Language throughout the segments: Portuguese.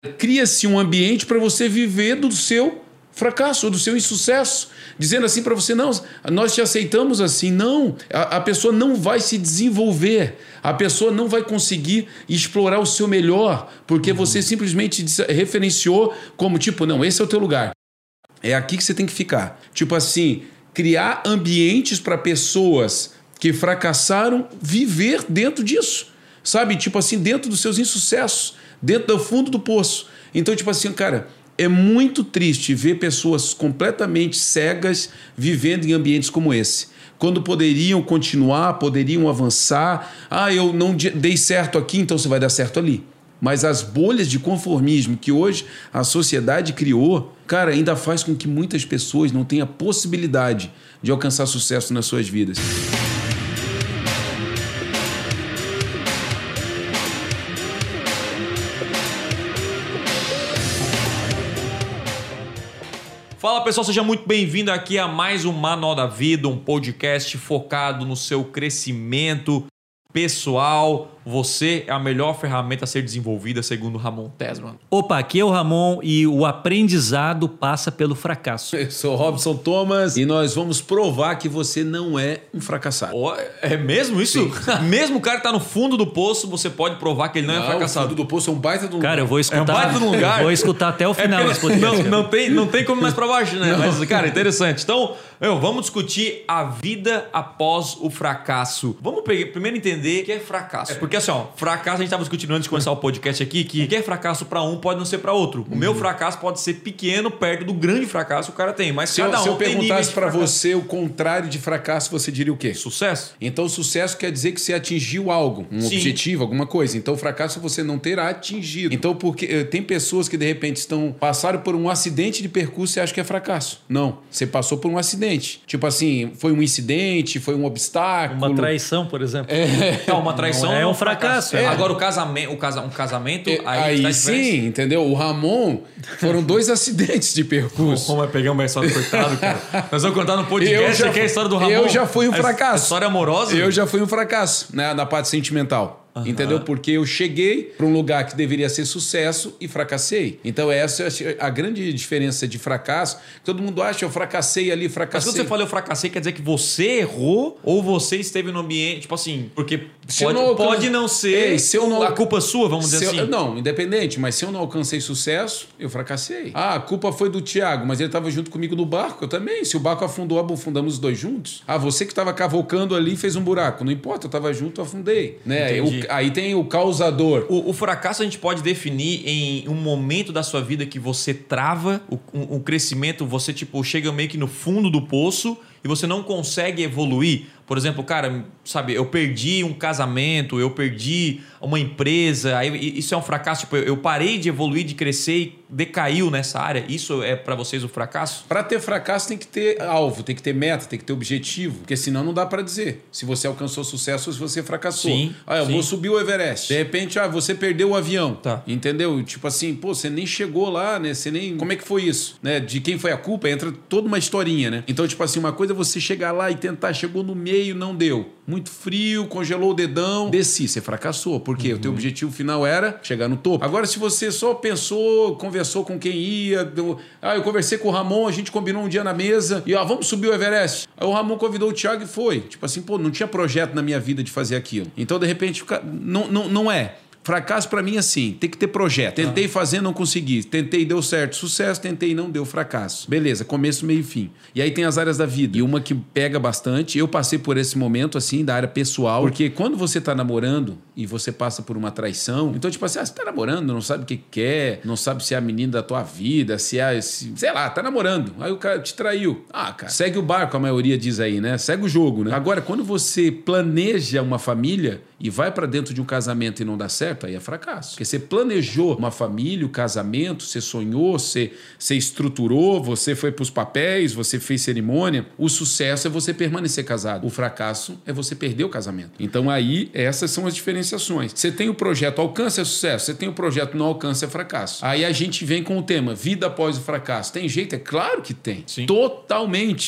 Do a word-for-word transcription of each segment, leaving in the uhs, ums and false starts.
Cria-se um ambiente para você viver do seu fracasso, ou do seu insucesso, dizendo assim para você, não, nós te aceitamos assim. Não, a, a pessoa não vai se desenvolver, a pessoa não vai conseguir explorar o seu melhor, porque uhum. você simplesmente referenciou como tipo, não, esse é o teu lugar, é aqui que você tem que ficar. Tipo assim, criar ambientes para pessoas que fracassaram viver dentro disso, sabe? Tipo assim, dentro dos seus insucessos, dentro do fundo do poço. Então, tipo assim, cara, é muito triste ver pessoas completamente cegas vivendo em ambientes como esse, quando poderiam continuar, poderiam avançar. Ah, eu não dei certo aqui, então você vai dar certo ali. Mas as bolhas de conformismo que hoje a sociedade criou, cara, ainda faz com que muitas pessoas não tenham a possibilidade de alcançar sucesso nas suas vidas. Fala pessoal, seja muito bem-vindo aqui a mais um Manual da Vida, um podcast focado no seu crescimento pessoal. Você é a melhor ferramenta a ser desenvolvida, segundo Ramon Tesman. Opa, aqui é o Ramon e o aprendizado passa pelo fracasso. Eu sou Robson Thomas e nós vamos provar que você não é um fracassado. Oh, é mesmo isso? Mesmo o cara que tá no fundo do poço, você pode provar que ele não, não é fracassado. O fundo do poço é um baita do lugar. Cara, eu vou escutar, é um baita do lugar. Eu vou escutar até o final. É desse podcast, não, não, tem, não tem como ir mais pra baixo, né? Não. Mas, cara, interessante. Então, eu, vamos discutir a vida após o fracasso. Vamos pegar, primeiro entender o que é fracasso. É porque assim, ó, fracasso, a gente estava discutindo antes de começar o podcast aqui, que o que é fracasso para um pode não ser para outro. O uhum. meu fracasso pode ser pequeno perto do grande fracasso que o cara tem, mas se cada eu, um se eu tem perguntasse para você o contrário de fracasso, você diria o quê? Sucesso. Então, sucesso quer dizer que você atingiu algo, um Sim. objetivo, alguma coisa. Então, fracasso é você não ter atingido. Então, porque tem pessoas que de repente estão passaram por um acidente de percurso e acham que é fracasso. Não, você passou por um acidente. Tipo assim, foi um incidente, foi um obstáculo. Uma traição, por exemplo. É, não, uma traição não é um fracasso. fracasso. É. Agora o casamento, o casa, um casamento, é, aí, aí tá sim, entendeu? O Ramon foram dois acidentes de percurso. Como vai pegar uma história coitado, cara? Nós vamos contar no podcast aqui a história do Ramon. Eu já fui um fracasso. A história amorosa? Eu já fui um fracasso, né, na parte sentimental. Uhum. Entendeu? Porque eu cheguei para um lugar que deveria ser sucesso e fracassei. Então essa é a grande diferença de fracasso. Todo mundo acha, eu fracassei ali, fracassei. Mas quando você fala eu fracassei, quer dizer que você errou ou você esteve no ambiente, tipo assim, porque se pode, não pode não ser Ei, se eu não... a culpa sua, vamos dizer eu... assim. Não, independente, mas se eu não alcancei sucesso, eu fracassei. Ah, a culpa foi do Thiago, mas ele estava junto comigo no barco, eu também. Se o barco afundou, afundamos os dois juntos. Ah, você que estava cavocando ali fez um buraco. Não importa, eu estava junto, eu afundei. Né? Eu, aí tem o causador. O, o fracasso a gente pode definir em um momento da sua vida que você trava o, um, um crescimento, você tipo chega meio que no fundo do poço e você não consegue evoluir. Por exemplo, cara, sabe, eu perdi um casamento, eu perdi uma empresa, aí isso é um fracasso. Tipo, eu parei de evoluir, de crescer e decaiu nessa área. Isso é para vocês o fracasso? Para ter fracasso tem que ter alvo, tem que ter meta, tem que ter objetivo, porque senão não dá para dizer se você alcançou sucesso ou se você fracassou. Sim, ah, eu sim. vou subir o Everest. De repente, ah, você perdeu o avião. Tá. Entendeu? Tipo assim, pô, você nem chegou lá, né? Você nem... Como é que foi isso? Né? De quem foi a culpa? Entra toda uma historinha, né? Então, tipo assim, uma coisa é você chegar lá e tentar, chegou no meio, não deu. Muito frio, congelou o dedão, desci, você fracassou. Por quê? Uhum. O teu objetivo final era chegar no topo. Agora, se você só pensou, conversou com quem ia, deu... ah, eu conversei com o Ramon, a gente combinou um dia na mesa e, ó, vamos subir o Everest. Aí o Ramon convidou o Thiago e foi. Tipo assim, pô, não tinha projeto na minha vida de fazer aquilo. Então, de repente, não, não, não é. Fracasso para mim é assim, tem que ter projeto. Tentei fazer, não consegui. Tentei, deu certo. Sucesso, tentei, não deu. Fracasso. Beleza, começo, meio e fim. E aí tem as áreas da vida. E uma que pega bastante, eu passei por esse momento assim, da área pessoal, porque quando você tá namorando e você passa por uma traição, então tipo assim, ah, você tá namorando, não sabe o que quer, não sabe se é a menina da tua vida, se é, se, sei lá, tá namorando. Aí o cara te traiu. Ah, cara, segue o barco, a maioria diz aí, né? Segue o jogo, né? Agora, quando você planeja uma família e vai para dentro de um casamento e não dá certo, aí é fracasso. Porque você planejou uma família, o casamento, você sonhou, você, você estruturou, você foi para os papéis, você fez cerimônia. O sucesso é você permanecer casado. O fracasso é você perder o casamento. Então aí, essas são as diferenciações. Você tem o projeto alcance é sucesso, você tem o projeto não alcance é fracasso. Aí a gente vem com o tema vida após o fracasso. Tem jeito? É claro que tem. Sim. Totalmente.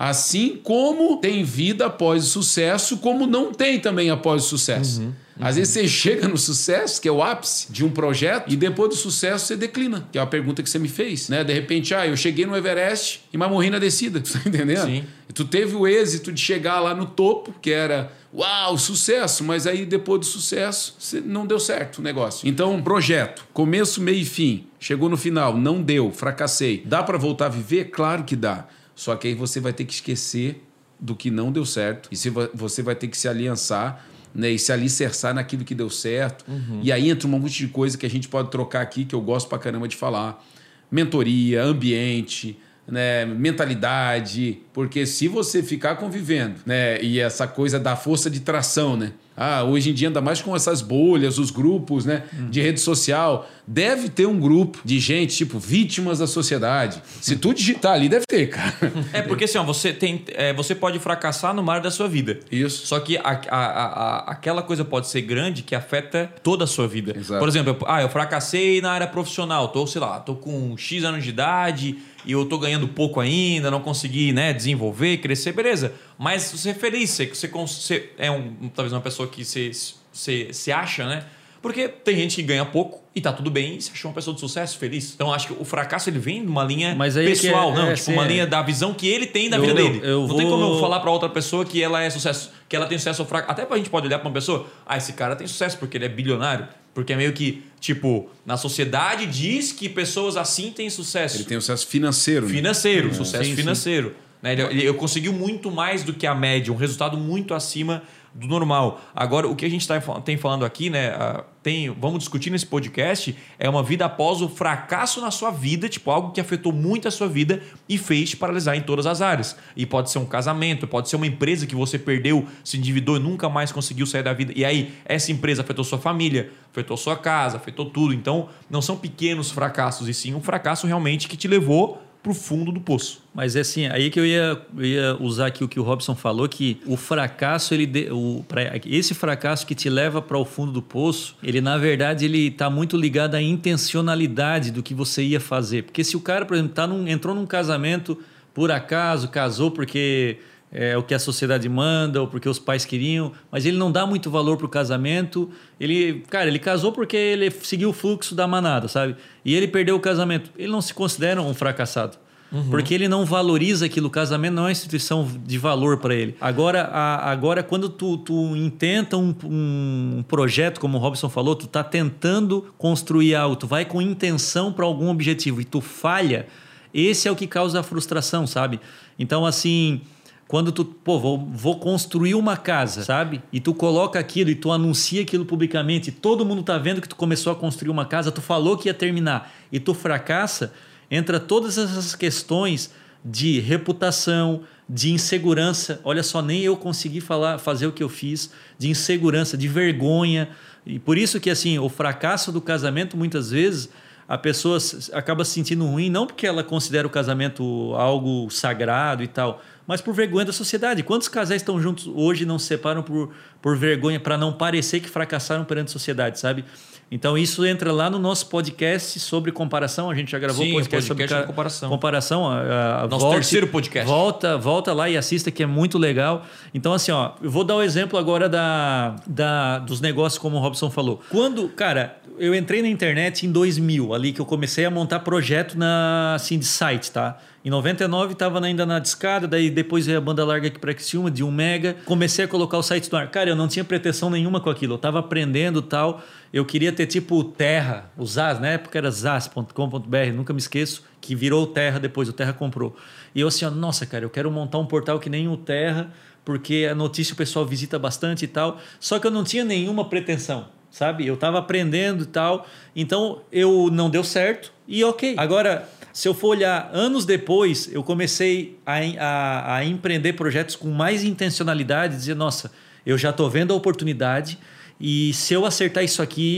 Assim como tem vida após o sucesso, como não tem também após o sucesso. Uhum. Às vezes você chega no sucesso, que é o ápice de um projeto, e depois do sucesso você declina, que é a pergunta que você me fez, né? De repente, ah, eu cheguei no Everest e mas morri na descida, tá entendendo? Sim. E tu teve o êxito de chegar lá no topo, que era, uau, sucesso, mas aí depois do sucesso você não deu certo o negócio. Então, um projeto, começo, meio e fim, chegou no final, não deu, fracassei. Dá para voltar a viver? Claro que dá. Só que aí você vai ter que esquecer do que não deu certo e você vai ter que se aliançar, né, e se alicerçar naquilo que deu certo. Uhum. E aí entra um monte de coisa que a gente pode trocar aqui, que eu gosto pra caramba de falar. Mentoria, ambiente, né, mentalidade. Porque se você ficar convivendo, né, e essa coisa da força de tração, né? Ah, hoje em dia, ainda mais com essas bolhas, os grupos, né, uhum. de rede social, deve ter um grupo de gente, tipo, vítimas da sociedade. Se tu digitar ali, deve ter, cara. É porque assim, ó, você, tem, é, você pode fracassar numa área da sua vida. Isso. Só que a, a, a, aquela coisa pode ser grande que afeta toda a sua vida. Exato. Por exemplo, eu, ah, eu fracassei na área profissional. Tô, sei lá, tô com X anos de idade e eu tô ganhando pouco ainda, não consegui, né, desenvolver, crescer, beleza. Mas você é feliz, você, você, você é um, talvez uma pessoa que você, você, você acha, né? Porque tem gente que ganha pouco e tá tudo bem e se achou uma pessoa de sucesso, feliz. Então acho que o fracasso ele vem de uma linha pessoal, é, não, é, tipo uma é. linha da visão que ele tem da eu, vida dele. Eu, eu não vou... tem como eu falar para outra pessoa que ela é sucesso, que ela tem sucesso ou fracasso. Até a gente pode olhar para uma pessoa, ah, esse cara tem sucesso porque ele é bilionário. Porque é meio que, tipo, na sociedade diz que pessoas assim têm sucesso. Ele tem sucesso financeiro. Financeiro, né? sucesso sim, financeiro. Sim. Né? Ele, ele conseguiu muito mais do que a média, um resultado muito acima do normal. Agora, o que a gente tá, tem falando aqui, né? Tem, vamos discutir nesse podcast, é uma vida após o fracasso na sua vida, tipo, algo que afetou muito a sua vida e fez te paralisar em todas as áreas. E pode ser um casamento, pode ser uma empresa que você perdeu, se endividou e nunca mais conseguiu sair da vida. E aí, essa empresa afetou sua família, afetou sua casa, afetou tudo. Então, não são pequenos fracassos, e sim um fracasso realmente que te levou para o fundo do poço. Mas é assim, aí que eu ia, eu ia usar aqui o que o Robson falou, que o fracasso, ele de, o, pra, esse fracasso que te leva para o fundo do poço, ele na verdade ele está muito ligado à intencionalidade do que você ia fazer. Porque se o cara, por exemplo, tá num, entrou num casamento por acaso, casou porque é o que a sociedade manda ou porque os pais queriam, mas ele não dá muito valor pro casamento. Ele, cara, ele casou porque ele seguiu o fluxo da manada, sabe? E ele perdeu o casamento. Ele não se considera um fracassado. Uhum. Porque ele não valoriza aquilo. O casamento não é uma instituição de valor para ele. Agora, a, agora quando tu, tu intenta um, um projeto, como o Robson falou, tu tá tentando construir algo, tu vai com intenção para algum objetivo e tu falha, esse é o que causa a frustração, sabe? Então, assim... Quando tu, pô, vou, vou construir uma casa, sabe? E tu coloca aquilo e tu anuncia aquilo publicamente e todo mundo tá vendo que tu começou a construir uma casa, tu falou que ia terminar e tu fracassa, entra todas essas questões de reputação, de insegurança. Olha só, nem eu consegui falar, fazer o que eu fiz, de insegurança, de vergonha. E por isso que, assim, o fracasso do casamento, muitas vezes... a pessoa acaba se sentindo ruim, não porque ela considera o casamento algo sagrado e tal, mas por vergonha da sociedade. Quantos casais estão juntos hoje e não se separam por, por vergonha, para não parecer que fracassaram perante a sociedade, sabe? Então isso entra lá no nosso podcast sobre comparação. A gente já gravou Sim, podcast, podcast sobre comparação. comparação. A, a, nosso volte, terceiro podcast. Volta, volta lá e assista, que é muito legal. Então, assim, ó, eu vou dar o exemplo agora da, da, dos negócios, como o Robson falou. Quando, cara, eu entrei na internet em dois mil, ali que eu comecei a montar projeto na, assim, de site, tá? Em noventa e nove estava ainda na discada, daí depois veio a banda larga aqui para Criciúma, de um mega. Comecei a colocar o site no ar. Cara, eu não tinha pretensão nenhuma com aquilo. Eu estava aprendendo e tal. Eu queria ter tipo Terra, o Zaz, na época era zaz ponto com ponto b r, nunca me esqueço, que virou o Terra depois, o Terra comprou. E eu assim, ó, nossa, cara, eu quero montar um portal que nem o Terra, porque a notícia o pessoal visita bastante e tal. Só que eu não tinha nenhuma pretensão, sabe? Eu estava aprendendo e tal. Então, eu não deu certo e ok. Agora... se eu for olhar anos depois, eu comecei a, a, a empreender projetos com mais intencionalidade, dizer, nossa, eu já estou vendo a oportunidade e se eu acertar isso aqui,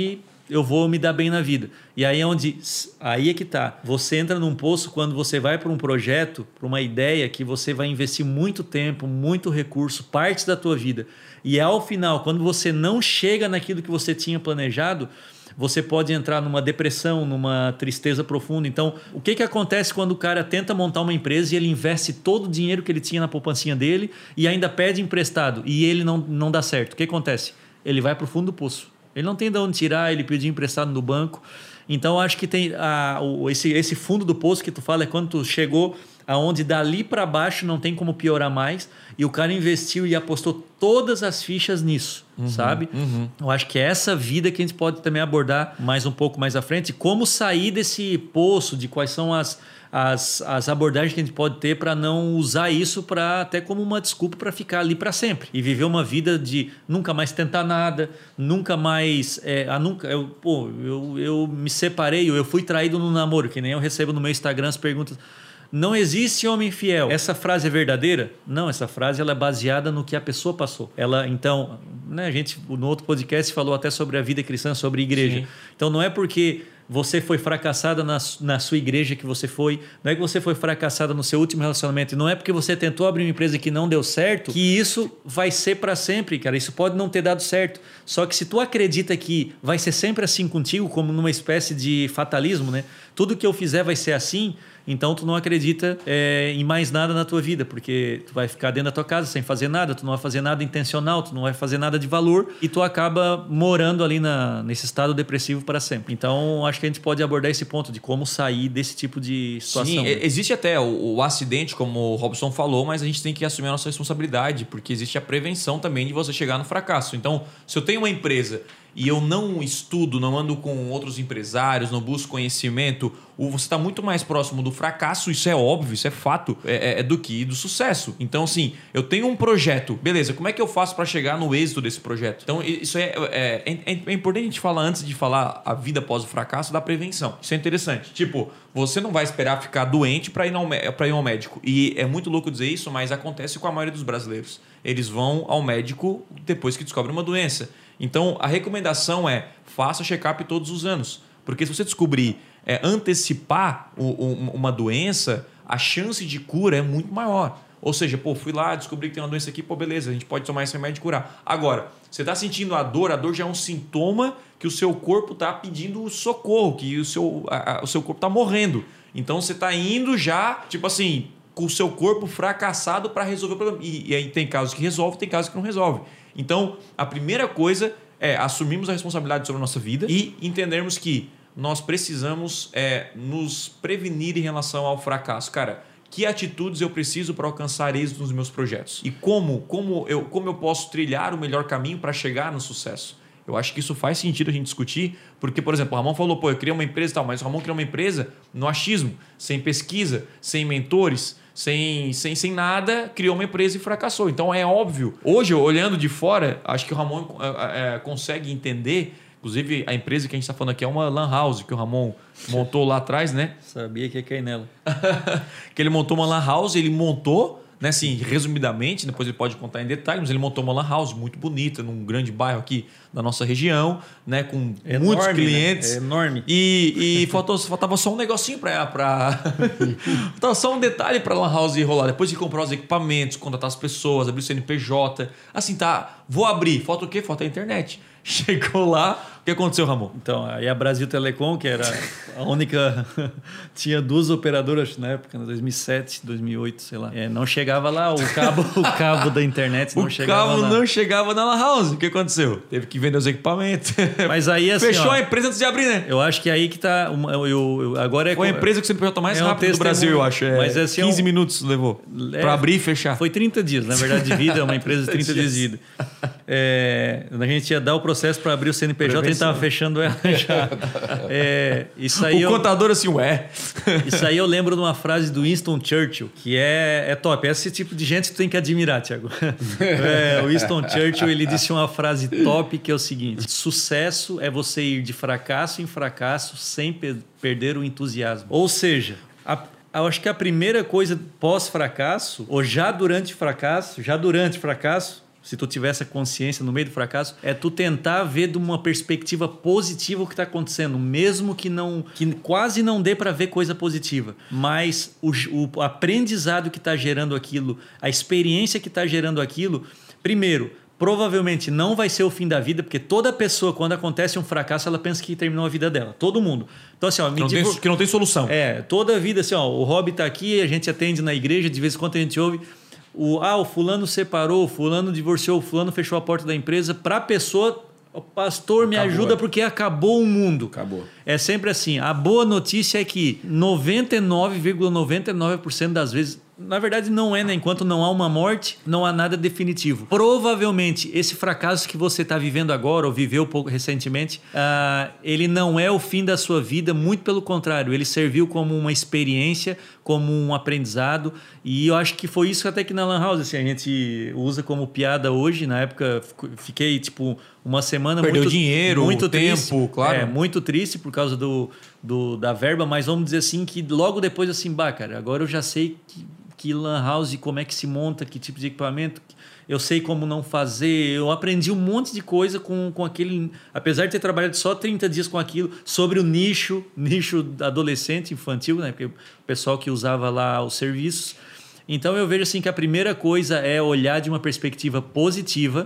eu vou me dar bem na vida. E aí é onde, aí é que tá. Você entra num poço quando você vai para um projeto, para uma ideia que você vai investir muito tempo, muito recurso, parte da tua vida. E ao final, quando você não chega naquilo que você tinha planejado, você pode entrar numa depressão, numa tristeza profunda. Então, o que, que acontece quando o cara tenta montar uma empresa e ele investe todo o dinheiro que ele tinha na poupancinha dele e ainda pede emprestado e ele não, não dá certo? O que acontece? Ele vai para o fundo do poço. Ele não tem de onde tirar, ele pediu emprestado no banco. Então, acho que tem a, o, esse, esse fundo do poço que tu fala é quando tu chegou aonde dali para baixo não tem como piorar mais e o cara investiu e apostou todas as fichas nisso, uhum, sabe? Uhum. Eu acho que é essa vida que a gente pode também abordar mais um pouco mais à frente, como sair desse poço, de quais são as, as, as abordagens que a gente pode ter para não usar isso para até como uma desculpa para ficar ali para sempre e viver uma vida de nunca mais tentar nada, nunca mais é, a nunca eu, pô, eu, eu me separei, eu fui traído no namoro, que nem eu recebo no meu Instagram as perguntas: não existe homem fiel. Essa frase é verdadeira? Não, essa frase ela é baseada no que a pessoa passou. Ela, então, né, a gente no outro podcast falou até sobre a vida cristã, sobre igreja. Sim. Então não é porque você foi fracassada na, na sua igreja que você foi, não é que você foi fracassada no seu último relacionamento, não é porque você tentou abrir uma empresa que não deu certo que isso vai ser para sempre, cara. Isso pode não ter dado certo. Só que se tu acredita que vai ser sempre assim contigo, como numa espécie de fatalismo, né? Tudo que eu fizer vai ser assim, então tu não acredita é, em mais nada na tua vida, porque tu vai ficar dentro da tua casa sem fazer nada, tu não vai fazer nada intencional, tu não vai fazer nada de valor e tu acaba morando ali na, nesse estado depressivo para sempre. Então acho que a gente pode abordar esse ponto de como sair desse tipo de situação. Sim, né? Existe até o, o acidente, como o Robson falou, mas a gente tem que assumir a nossa responsabilidade, porque existe a prevenção também de você chegar no fracasso. Então, se eu tenho uma empresa e eu não estudo, não ando com outros empresários, não busco conhecimento, você está muito mais próximo do fracasso, isso é óbvio, isso é fato, é, é do que do sucesso. Então, assim, eu tenho um projeto, beleza, como é que eu faço para chegar no êxito desse projeto? Então, isso é, é, é, é importante a gente falar, antes de falar a vida após o fracasso, da prevenção. Isso é interessante. Tipo, você não vai esperar ficar doente para ir, ir ao médico. E é muito louco dizer isso, mas acontece com a maioria dos brasileiros. Eles vão ao médico depois que descobrem uma doença. Então, a recomendação é: faça check-up todos os anos. Porque se você descobrir, é, antecipar o, o, uma doença, a chance de cura é muito maior. Ou seja, pô, fui lá, descobri que tem uma doença aqui, pô, beleza, a gente pode tomar esse remédio e curar. Agora, você está sentindo a dor, a dor já é um sintoma que o seu corpo está pedindo socorro, que o seu, a, a, o seu corpo está morrendo. Então, você está indo já, tipo assim, com o seu corpo fracassado para resolver o problema. E, e aí tem casos que resolve, tem casos que não resolve. Então, a primeira coisa é assumirmos a responsabilidade sobre a nossa vida e entendermos que nós precisamos é, nos prevenir em relação ao fracasso. Cara, que atitudes eu preciso para alcançar êxito nos meus projetos? E como, como, eu, como eu posso trilhar o melhor caminho para chegar no sucesso? Eu acho que isso faz sentido a gente discutir, porque, por exemplo, o Ramon falou, pô, eu criei uma empresa e tal, mas o Ramon criou uma empresa no achismo, sem pesquisa, sem mentores, sem, sem, sem nada, criou uma empresa e fracassou. Então é óbvio. Hoje, olhando de fora, acho que o Ramon é, é, consegue entender. Inclusive, a empresa que a gente está falando aqui é uma lan house que o Ramon montou lá atrás, né? Sabia que ia cair nela. Que ele montou uma lan house, ele montou, né, assim, resumidamente, depois ele pode contar em detalhes, mas ele montou uma lan house muito bonita, num grande bairro aqui da nossa região, né, com enorme, muitos clientes. Né? É enorme. E, e faltou, faltava só um negocinho para... Pra... faltava só um detalhe para a lan house rolar. Depois de comprar os equipamentos, contratar as pessoas, abrir o C N P J. Assim, tá, vou abrir. Falta o quê? Falta a internet. Chegou lá, o que aconteceu, Ramon? Então, aí a Brasil Telecom, que era a única... tinha duas operadoras na época, em dois mil e sete, dois mil e oito, sei lá. É, não chegava lá, o cabo, o cabo da internet não o chegava lá. O cabo não chegava na lan house. O que aconteceu? Teve que vender os equipamentos. Mas aí, assim, fechou ó, a empresa antes de abrir, né? Eu acho que aí que tá... Eu, eu, eu, agora é Foi a empresa que você pegou mais é um rápido do Brasil, eu acho. É, mas assim, quinze é um, minutos levou é, para abrir e fechar. Foi trinta dias, na verdade, de vida. É uma empresa de trinta dias de vida. É, a gente ia dar o processo para abrir o C N P J, a gente estava fechando ela já. É, isso aí o eu, contador assim, ué. Isso aí eu lembro de uma frase do Winston Churchill, que é, é top. É esse tipo de gente que tu tem que admirar, Thiago. É, o Winston Churchill, ele disse uma frase top que é o seguinte: sucesso é você ir de fracasso em fracasso sem pe- perder o entusiasmo. Ou seja, a, eu acho que a primeira coisa pós-fracasso, ou já durante fracasso, já durante fracasso, se tu tiver essa consciência no meio do fracasso, é tu tentar ver de uma perspectiva positiva o que está acontecendo, mesmo que não, que quase não dê para ver coisa positiva, mas o, o aprendizado que está gerando aquilo, a experiência que está gerando aquilo, primeiro, provavelmente não vai ser o fim da vida, porque toda pessoa, quando acontece um fracasso, ela pensa que terminou a vida dela. Todo mundo. Então, assim, ó, me que, não digo, tem, que não tem solução. É, toda a vida, assim, ó, o Rob tá aqui, a gente atende na igreja, de vez em quando a gente ouve, o, ah, o fulano separou, o fulano divorciou, o fulano fechou a porta da empresa. Para a pessoa, o pastor me acabou. ajuda porque acabou o mundo. Acabou. É sempre assim. A boa notícia é que noventa e nove vírgula noventa e nove por cento das vezes, na verdade não é, né? Enquanto não há uma morte, não há nada definitivo. Provavelmente esse fracasso que você está vivendo agora ou viveu pouco recentemente, uh, ele não é o fim da sua vida, muito pelo contrário, ele serviu como uma experiência, como um aprendizado, e eu acho que foi isso até que na Lan House assim, a gente usa como piada hoje. Na época fiquei tipo uma semana Perdeu muito dinheiro, muito tempo, triste, claro. É, muito triste por causa do, do, da verba, mas vamos dizer assim que logo depois assim, bah, cara, agora eu já sei que que Lan House, como é que se monta, que tipo de equipamento, eu sei como não fazer, eu aprendi um monte de coisa com, com aquele, apesar de ter trabalhado só trinta dias com aquilo, sobre o nicho, nicho adolescente, infantil, né? Porque o pessoal que usava lá os serviços. Então eu vejo assim que a primeira coisa é olhar de uma perspectiva positiva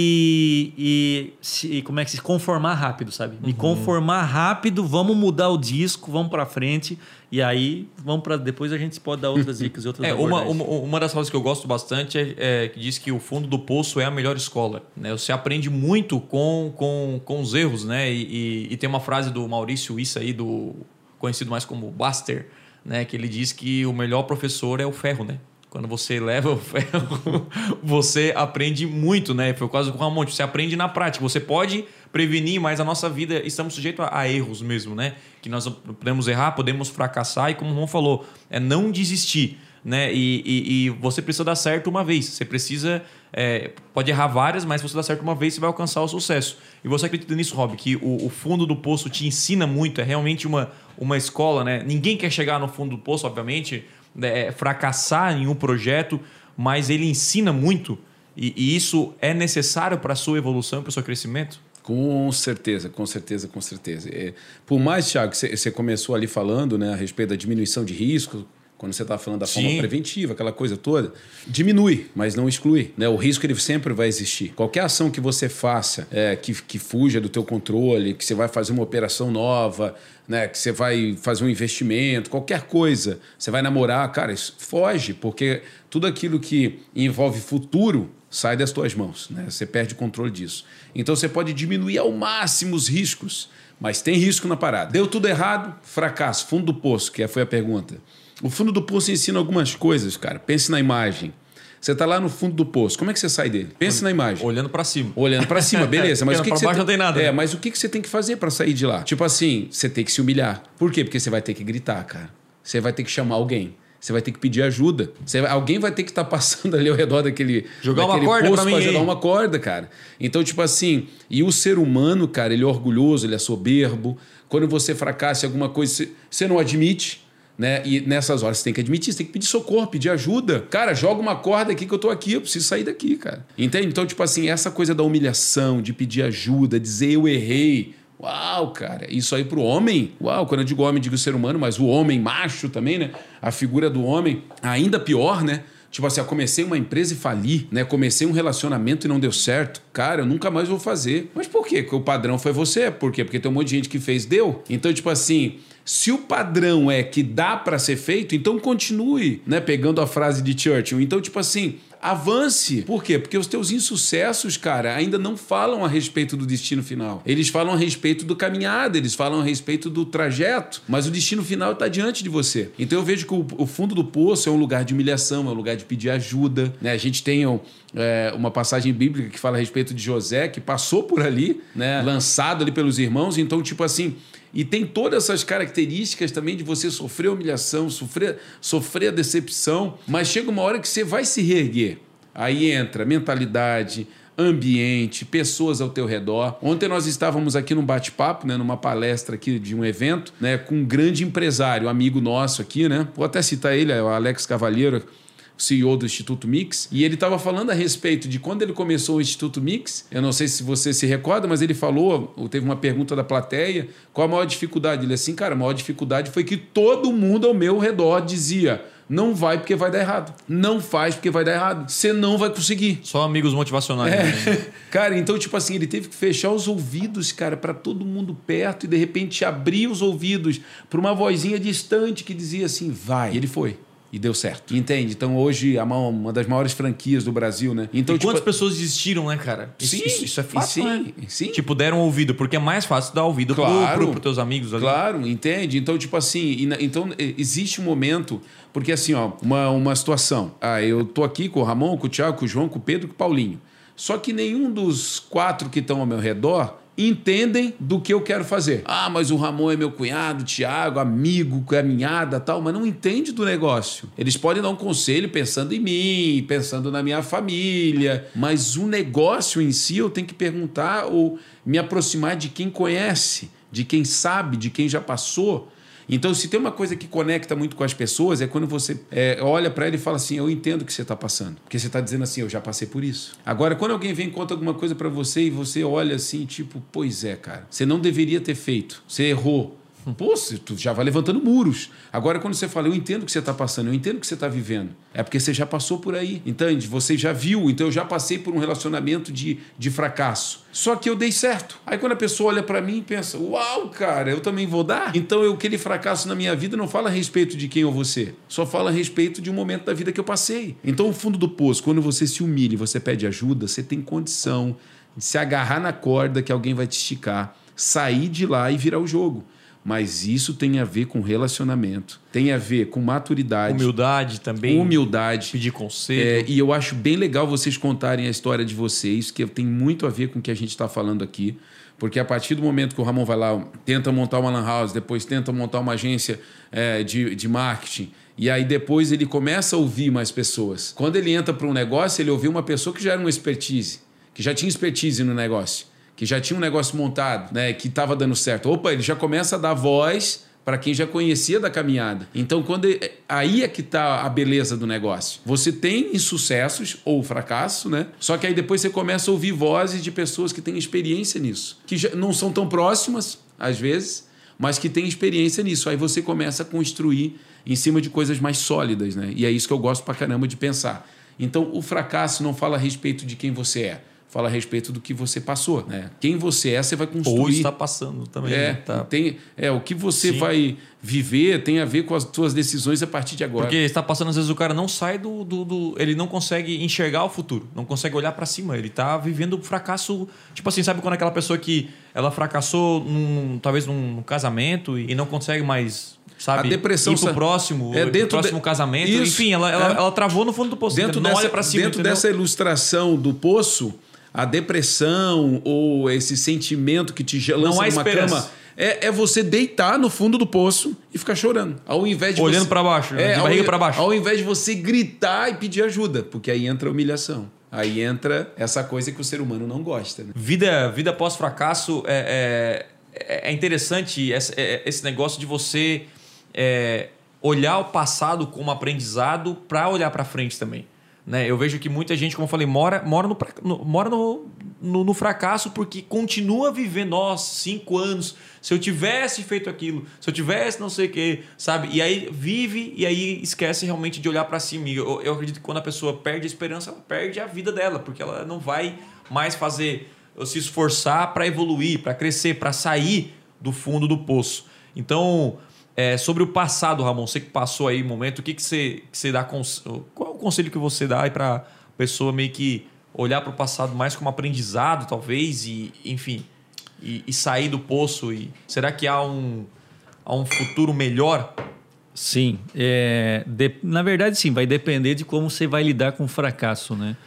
e, e, se, e como é que se conformar rápido, sabe? Me uhum. conformar rápido, vamos mudar o disco, vamos para frente e aí vamos para depois a gente pode dar outras dicas e outras é, uma, uma, uma das coisas que eu gosto bastante é, é que diz que o fundo do poço é a melhor escola, né? Você aprende muito com, com, com os erros, né? E, e, e tem uma frase do Maurício Issa aí, do, conhecido mais como Buster, né, que ele diz que o melhor professor é o ferro, né? Quando você leva o ferro, você aprende muito, né? Foi quase com o Ramon, você aprende na prática. Você pode prevenir, mas a nossa vida, estamos sujeitos a, a erros mesmo, né? Que nós podemos errar, podemos fracassar e, como o Ramon falou, é não desistir, né? E, e, e você precisa dar certo uma vez. Você precisa... É, pode errar várias, mas se você dá certo uma vez, você vai alcançar o sucesso. E você acredita nisso, Rob? Que o, o fundo do poço te ensina muito, é realmente uma, uma escola, né? Ninguém quer chegar no fundo do poço, obviamente, é, fracassar em um projeto, mas ele ensina muito e, e isso é necessário para a sua evolução, para o seu crescimento? Com certeza, com certeza, com certeza. É, por mais, Thiago, que você começou ali falando, né, a respeito da diminuição de risco, quando você está falando da Sim. forma preventiva, aquela coisa toda, diminui, mas não exclui, né? O risco ele sempre vai existir. Qualquer ação que você faça é, que, que fuja do teu controle, que você vai fazer uma operação nova, né? Que você vai fazer um investimento, qualquer coisa, você vai namorar, cara, isso foge, porque tudo aquilo que envolve futuro sai das tuas mãos, né? Você perde o controle disso. Então você pode diminuir ao máximo os riscos, mas tem risco na parada. Deu tudo errado, fracasso, fundo do poço, que foi a pergunta. O fundo do poço ensina algumas coisas, cara. Pense na imagem. Você está lá no fundo do poço. Como é que você sai dele? Pense na imagem. Olhando para cima. Olhando para cima, beleza. Mas o que, que você baixo tem... não tem nada. É, né? mas o que, que você tem que fazer para sair de lá? Tipo assim, você tem que se humilhar. Por quê? Porque você vai ter que gritar, cara. Você vai ter que chamar alguém. Você vai ter que pedir ajuda. Você... Alguém vai ter que estar passando ali ao redor daquele... Jogar daquele uma corda poço para mim. Pra jogar uma corda, cara. Então, tipo assim... E o ser humano, cara, ele é orgulhoso, ele é soberbo. Quando você fracassa em alguma coisa, você não admite... Né? E nessas horas você tem que admitir, você tem que pedir socorro, pedir ajuda. Cara, joga uma corda aqui que eu tô aqui, eu preciso sair daqui, cara. Entende? Então, tipo assim, essa coisa da humilhação, de pedir ajuda, dizer eu errei. Uau, cara, isso aí pro homem, uau, quando eu digo homem, digo ser humano, mas o homem macho também, né? A figura do homem, ainda pior, né? Tipo assim, eu comecei uma empresa e fali, né? Comecei um relacionamento e não deu certo. Cara, eu nunca mais vou fazer. Mas por quê? Porque o padrão foi você. Por quê? Porque tem um monte de gente que fez, deu. Então, tipo assim, se o padrão é que dá para ser feito, então continue, né? Pegando a frase de Churchill. Então, tipo assim, avance. Por quê? Porque os teus insucessos, cara, ainda não falam a respeito do destino final. Eles falam a respeito do caminhada, eles falam a respeito do trajeto, mas o destino final está diante de você. Então eu vejo que o, o fundo do poço é um lugar de humilhação, é um lugar de pedir ajuda, né? A gente tem é, uma passagem bíblica que fala a respeito de José, que passou por ali, né? Lançado ali pelos irmãos. Então, tipo assim... E tem todas essas características também de você sofrer humilhação, sofrer, sofrer a decepção, mas chega uma hora que você vai se reerguer. Aí entra mentalidade, ambiente, pessoas ao teu redor. Ontem nós estávamos aqui num bate-papo, né, numa palestra aqui de um evento, né, com um grande empresário, amigo nosso aqui, né? Vou até citar ele, o Alex Cavalheiro, C E O do Instituto Mix, e ele estava falando a respeito de quando ele começou o Instituto Mix. Eu não sei se você se recorda, mas ele falou, ou teve uma pergunta da plateia, qual a maior dificuldade? Ele assim, cara, a maior dificuldade foi que todo mundo ao meu redor dizia: não vai porque vai dar errado. Não faz porque vai dar errado. Você não vai conseguir. Só amigos motivacionais. É. Né? Cara, então, tipo assim, ele teve que fechar os ouvidos, cara, para todo mundo perto e de repente abrir os ouvidos para uma vozinha distante que dizia assim, vai. E ele foi. E deu certo. Entende? Então, hoje, uma das maiores franquias do Brasil, né? Então, e quantas tipo... pessoas desistiram, né, cara? Sim. Isso, isso é fácil, sim, né? Sim. Tipo, deram ouvido, porque é mais fácil dar ouvido claro, pro, pro, pro teus amigos ali. Claro, entende? Então, tipo assim, e, então existe um momento... Porque assim, ó, uma, uma situação. Ah, eu tô aqui com o Ramon, com o Thiago, com o João, com o Pedro e com o Paulinho. Só que nenhum dos quatro que estão ao meu redor entendem do que eu quero fazer. Ah, mas o Ramon é meu cunhado, o Thiago, amigo, caminhada, tal, mas não entende do negócio. Eles podem dar um conselho pensando em mim, pensando na minha família, mas o negócio em si eu tenho que perguntar ou me aproximar de quem conhece, de quem sabe, de quem já passou. Então, se tem uma coisa que conecta muito com as pessoas, é quando você é, olha para ela e fala assim, eu entendo o que você está passando. Porque você está dizendo assim, eu já passei por isso. Agora, quando alguém vem e conta alguma coisa para você e você olha assim, tipo, pois é, cara, você não deveria ter feito, você errou. Pô, tu já vai levantando muros. Agora, quando você fala, eu entendo o que você está passando, eu entendo o que você está vivendo, é porque você já passou por aí, entende? Você já viu, então eu já passei por um relacionamento de, de fracasso. Só que eu dei certo. Aí quando a pessoa olha para mim e pensa, uau, cara, eu também vou dar? Então eu, aquele fracasso na minha vida não fala a respeito de quem eu vou ser, só fala a respeito de um momento da vida que eu passei. Então o fundo do poço, quando você se humilha e você pede ajuda, você tem condição de se agarrar na corda que alguém vai te esticar, sair de lá e virar o jogo. Mas isso tem a ver com relacionamento, tem a ver com maturidade. Humildade também. Humildade. Pedir conselho. É, e eu acho bem legal vocês contarem a história de vocês, que tem muito a ver com o que a gente está falando aqui. Porque a partir do momento que o Ramon vai lá, tenta montar uma lan house, depois tenta montar uma agência é, de, de marketing, e aí depois ele começa a ouvir mais pessoas. Quando ele entra para um negócio, ele ouviu uma pessoa que já era uma expertise, que já tinha expertise no negócio, que já tinha um negócio montado, né, que estava dando certo. Opa, ele já começa a dar voz para quem já conhecia da caminhada. Então, quando ele, aí é que está a beleza do negócio. Você tem insucessos ou fracasso, né? Só que aí depois você começa a ouvir vozes de pessoas que têm experiência nisso, que já não são tão próximas, às vezes, mas que têm experiência nisso. Aí você começa a construir em cima de coisas mais sólidas, né? E é isso que eu gosto pra caramba de pensar. Então, o fracasso não fala a respeito de quem você é, fala a respeito do que você passou, né? Quem você é, você vai construir. Ou está passando também. É, né? Tá. tem, é o que você Sim. vai viver tem a ver com as suas decisões a partir de agora. Porque está passando, às vezes, o cara não sai do, do, do... Ele não consegue enxergar o futuro, não consegue olhar para cima. Ele está vivendo um fracasso... Tipo assim, sabe quando aquela pessoa que ela fracassou num, talvez num casamento e não consegue mais... Sabe, a depressão ir pro próximo, é ir pro dentro próximo de... casamento. Isso, Enfim, ela, ela, é. ela travou no fundo do poço. Dentro não dessa, olha para cima, dentro entendeu? dessa ilustração do poço, a depressão ou esse sentimento que te lança Não há numa esperança. cama é, é você deitar no fundo do poço e ficar chorando. Ao invés de Olhando você... para baixo, né? é, de barriga ao, para baixo. Ao invés de você gritar e pedir ajuda, porque aí entra a humilhação. Aí entra essa coisa que o ser humano não gosta. Né? Vida, vida pós-fracasso é, é, é interessante esse, é, esse negócio de você é, olhar o passado como aprendizado para olhar para frente também. Né? Eu vejo que muita gente, como eu falei, mora, mora, no, no, mora no, no, no fracasso porque continua vivendo, nossa, cinco anos, se eu tivesse feito aquilo, se eu tivesse não sei o quê, sabe? E aí vive e aí esquece realmente de olhar para cima. Eu, eu acredito que quando a pessoa perde a esperança, ela perde a vida dela, porque ela não vai mais fazer, se esforçar para evoluir, para crescer, para sair do fundo do poço. Então... É, sobre o passado, Ramon, você que passou aí um momento, o que, que, você, que você dá? Cons... Qual é o conselho que você dá para a pessoa meio que olhar para o passado mais como aprendizado, talvez, e enfim, e, e sair do poço? E será que há um, há um futuro melhor? Sim. É, de, na verdade, sim, vai depender de como você vai lidar com o fracasso, né?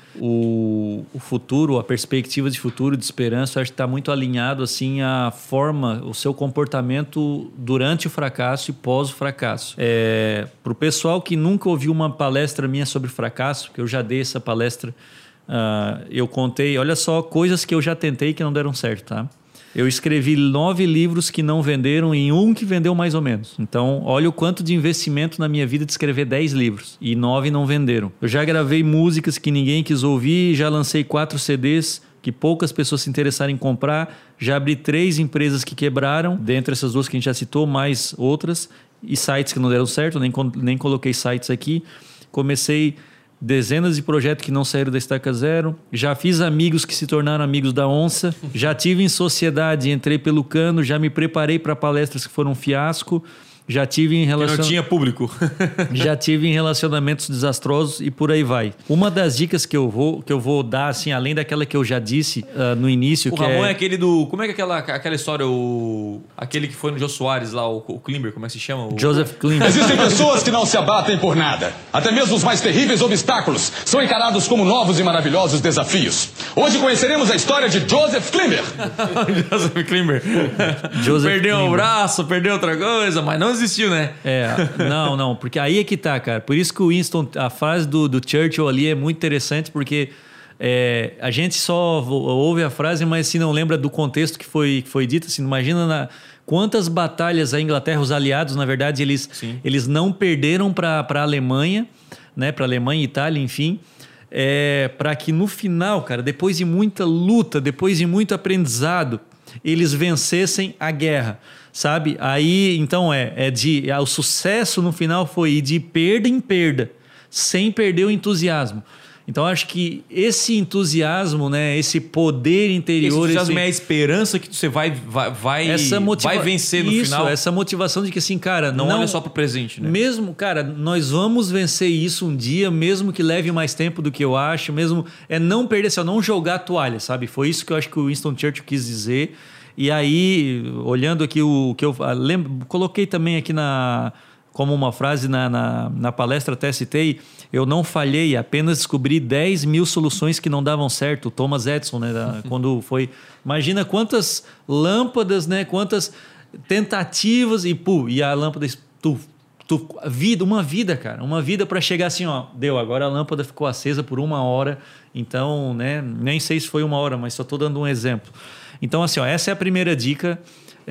O, o futuro, a perspectiva de futuro, de esperança, acho que está muito alinhado assim à forma, o seu comportamento durante o fracasso e pós o fracasso. É, para o pessoal que nunca ouviu uma palestra minha sobre fracasso, que eu já dei essa palestra, uh, eu contei, olha só, coisas que eu já tentei que não deram certo, tá? Eu escrevi nove livros que não venderam e um que vendeu mais ou menos. Então, olha o quanto de investimento na minha vida de escrever dez livros. E nove não venderam. Eu já gravei músicas que ninguém quis ouvir, já lancei quatro C Ds que poucas pessoas se interessaram em comprar. Já abri três empresas que quebraram, dentre essas duas que a gente já citou, mais outras. E sites que não deram certo, nem, nem coloquei sites aqui. Comecei dezenas de projetos que não saíram da Estaca Zero. Já fiz amigos que se tornaram amigos da onça. Já tive em sociedade, entrei pelo cano. Já me preparei para palestras que foram um fiasco. Já tive em relacion... não tinha público. Já tive em relacionamentos desastrosos e por aí vai. Uma das dicas que eu vou, que eu vou dar, assim, além daquela que eu já disse uh, no início... O que Ramon é... é aquele do... Como é que é aquela, aquela história, o... Aquele que foi no Jô Soares lá, o, o Klimber, como é que se chama? O... Joseph Klimber. Existem pessoas que não se abatem por nada. Até mesmo os mais terríveis obstáculos são encarados como novos e maravilhosos desafios. Hoje conheceremos a história de Joseph Klimber. Joseph Klimber. Joseph perdeu Klimber. um braço, perdeu outra coisa, mas não existiu, né? É, não, não, porque aí é que tá, cara. Por isso que o Winston, a frase do, do Churchill ali é muito interessante, porque é, a gente só ouve a frase, mas se não lembra do contexto que foi, que foi dito, assim, imagina na, quantas batalhas a Inglaterra, os aliados, na verdade, eles, eles não perderam para a Alemanha, né, para a Alemanha e Itália, enfim, é, para que no final, cara, depois de muita luta, depois de muito aprendizado, eles vencessem a guerra. Sabe? Aí, então, é, é de... É, o sucesso no final foi de perda em perda, sem perder o entusiasmo. Então, acho que esse entusiasmo, né? Esse poder interior... Esse entusiasmo esse... é a esperança que você vai, vai, vai, essa motiva... vai vencer no isso, final. Essa motivação de que, assim, cara... Não, não olha só pro presente, né? Mesmo, cara, nós vamos vencer isso um dia, mesmo que leve mais tempo do que eu acho, mesmo... É não perder, assim, não jogar a toalha, sabe? Foi isso que eu acho que o Winston Churchill quis dizer. E aí, olhando aqui o que eu lembro, coloquei também aqui na, como uma frase na, na, na palestra, até citei, eu não falhei, apenas descobri dez mil soluções que não davam certo. O Thomas Edison, né, da, quando foi... Imagina quantas lâmpadas, né, quantas tentativas e, pô, e a lâmpada... Tu, tu, vida, uma vida, cara, uma vida para chegar assim, ó, deu, agora a lâmpada ficou acesa por uma hora, então, né, nem sei se foi uma hora, mas só estou dando um exemplo. Então, assim, ó, essa é a primeira dica,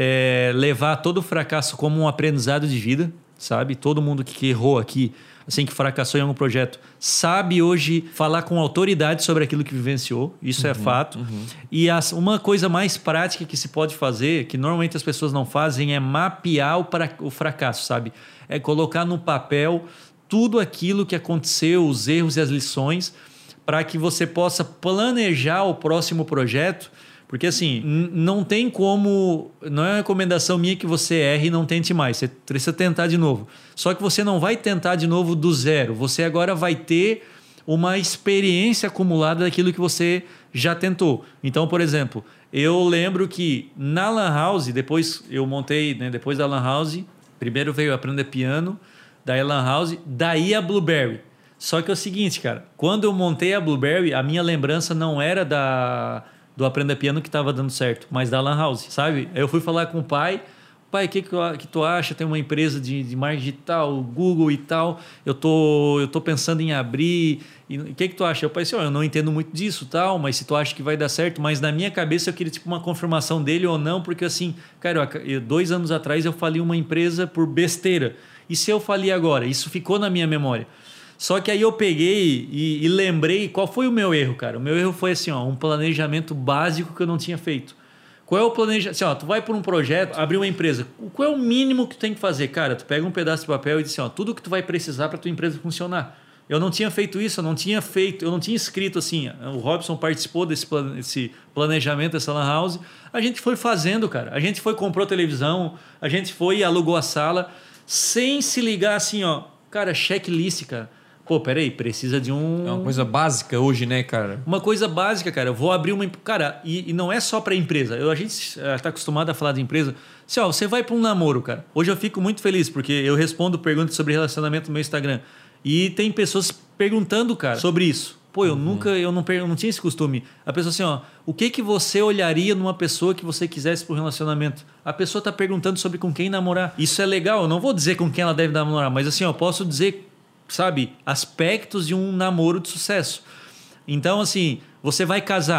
é levar todo o fracasso como um aprendizado de vida, sabe? Todo mundo que errou aqui, assim, que fracassou em algum projeto, sabe hoje falar com autoridade sobre aquilo que vivenciou, isso uhum, é fato. Uhum. E as, uma coisa mais prática que se pode fazer, que normalmente as pessoas não fazem, é mapear o, pra, o fracasso, sabe? É colocar no papel tudo aquilo que aconteceu, os erros e as lições, para que você possa planejar o próximo projeto. Porque assim, não tem como... Não é uma recomendação minha que você erre e não tente mais. Você precisa tentar de novo. Só que você não vai tentar de novo do zero. Você agora vai ter uma experiência acumulada daquilo que você já tentou. Então, por exemplo, eu lembro que na Lan House, depois eu montei... Né, depois da Lan House, primeiro veio aprender piano, daí a Lan House, daí a Blueberry. Só que é o seguinte, cara. Quando eu montei a Blueberry, a minha lembrança não era da... do Aprenda Piano que estava dando certo, mas da Lan House, sabe? Aí eu fui falar com o pai, pai, o que, que tu acha? Tem uma empresa de, de marketing digital, Google e tal, eu tô, eu tô pensando em abrir, o que, que tu acha? Eu pai, assim, oh, eu não entendo muito disso, tal, mas se tu acha que vai dar certo, mas na minha cabeça eu queria tipo uma confirmação dele ou não, porque assim, cara, eu, dois anos atrás eu falei uma empresa por besteira, e se eu falei agora? Isso ficou na minha memória. Só que aí eu peguei e, e lembrei qual foi o meu erro, cara. O meu erro foi assim, ó, um planejamento básico que eu não tinha feito. Qual é o planejamento? Assim, ó, tu vai por um projeto, abrir uma empresa. Qual é o mínimo que tu tem que fazer? Cara, tu pega um pedaço de papel e diz assim, ó, tudo que tu vai precisar para tua empresa funcionar. Eu não tinha feito isso, eu não tinha feito, eu não tinha escrito assim. O Robson participou desse desse planejamento dessa Lan House. A gente foi fazendo, cara. A gente foi, comprou televisão, a gente foi e alugou a sala, sem se ligar assim, ó, cara, checklist, cara. Pô, peraí, precisa de um... É uma coisa básica hoje, né, cara? Uma coisa básica, cara. Eu vou abrir uma... Cara, e, e não é só para empresa. Eu, a gente está acostumado a falar de empresa. Assim, ó, você vai para um namoro, cara. Hoje eu fico muito feliz, porque eu respondo perguntas sobre relacionamento no meu Instagram. E tem pessoas perguntando, cara, sobre isso. Pô, eu uhum. nunca... Eu não, eu não tinha esse costume. A pessoa assim, ó... O que, que você olharia numa pessoa que você quisesse para um relacionamento? A pessoa está perguntando sobre com quem namorar. Isso é legal. Eu não vou dizer com quem ela deve namorar, mas assim, ó, eu posso dizer... sabe, aspectos de um namoro de sucesso. Então, assim, você vai casar.